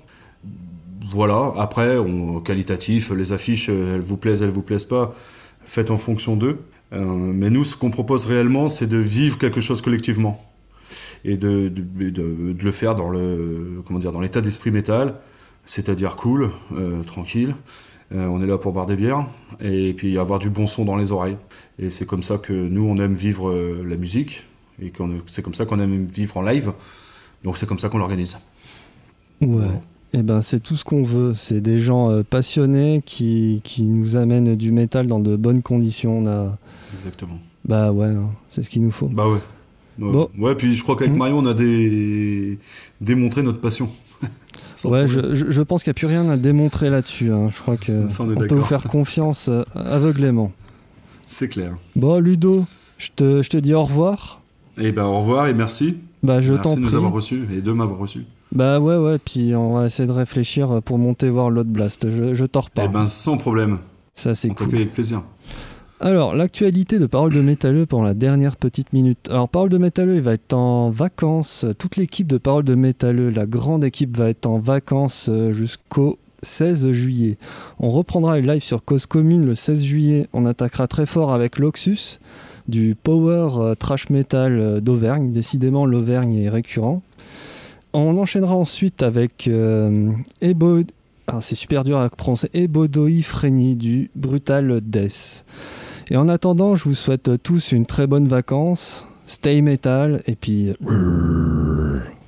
[SPEAKER 2] Voilà. Après, on, qualitatif, les affiches, elles vous plaisent, elles vous plaisent pas, faites en fonction d'eux. Euh, mais nous, ce qu'on propose réellement, c'est de vivre quelque chose collectivement et de, de, de, de le faire dans le, comment dire, dans l'état d'esprit métal, c'est-à-dire cool, euh, tranquille. Euh, on est là pour boire des bières et puis avoir du bon son dans les oreilles. Et c'est comme ça que nous, on aime vivre euh, la musique et qu'on, c'est comme ça qu'on aime vivre en live. Donc c'est comme ça qu'on l'organise.
[SPEAKER 1] Ouais. ouais. Et ben c'est tout ce qu'on veut. C'est des gens euh, passionnés qui, qui nous amènent du métal dans de bonnes conditions. On a... Exactement. Bah ouais, hein, c'est ce qu'il nous faut.
[SPEAKER 2] Bah ouais. Ouais, bon. ouais puis je crois qu'avec mmh. Marion, on a des... démontré notre passion.
[SPEAKER 1] Ouais, je, je, je pense qu'il n'y a plus rien à démontrer là-dessus. Hein. Je crois qu'on peut vous faire confiance euh, aveuglément.
[SPEAKER 2] C'est clair.
[SPEAKER 1] Bon, Ludo, je te, je te dis au revoir.
[SPEAKER 2] Eh ben, au revoir et merci.
[SPEAKER 1] Bah, je
[SPEAKER 2] merci
[SPEAKER 1] t'en
[SPEAKER 2] de nous
[SPEAKER 1] prie.
[SPEAKER 2] avoir reçus et de m'avoir reçu.
[SPEAKER 1] Bah ouais, ouais, puis on va essayer de réfléchir pour monter voir l'autre Blast. Je, je t'en reparle.
[SPEAKER 2] Eh ben, sans problème.
[SPEAKER 1] Ça, c'est
[SPEAKER 2] on
[SPEAKER 1] cool.
[SPEAKER 2] t'accueille avec plaisir.
[SPEAKER 1] Alors, l'actualité de Paroles de Métalleux pendant la dernière petite minute. Alors, Paroles de Métalleux, il va être en vacances. Toute l'équipe de Paroles de Métalleux, la grande équipe, va être en vacances jusqu'au seize juillet. On reprendra les lives sur Cause Commune le seize juillet. On attaquera très fort avec Loxus, du power euh, trash metal euh, d'Auvergne. Décidément, l'Auvergne est récurrent. On enchaînera ensuite avec euh, Ebo... Alors, c'est super dur à prononcer. Ebodoi Freni du Brutal Death. Et en attendant, je vous souhaite tous une très bonne vacances. Stay metal et puis...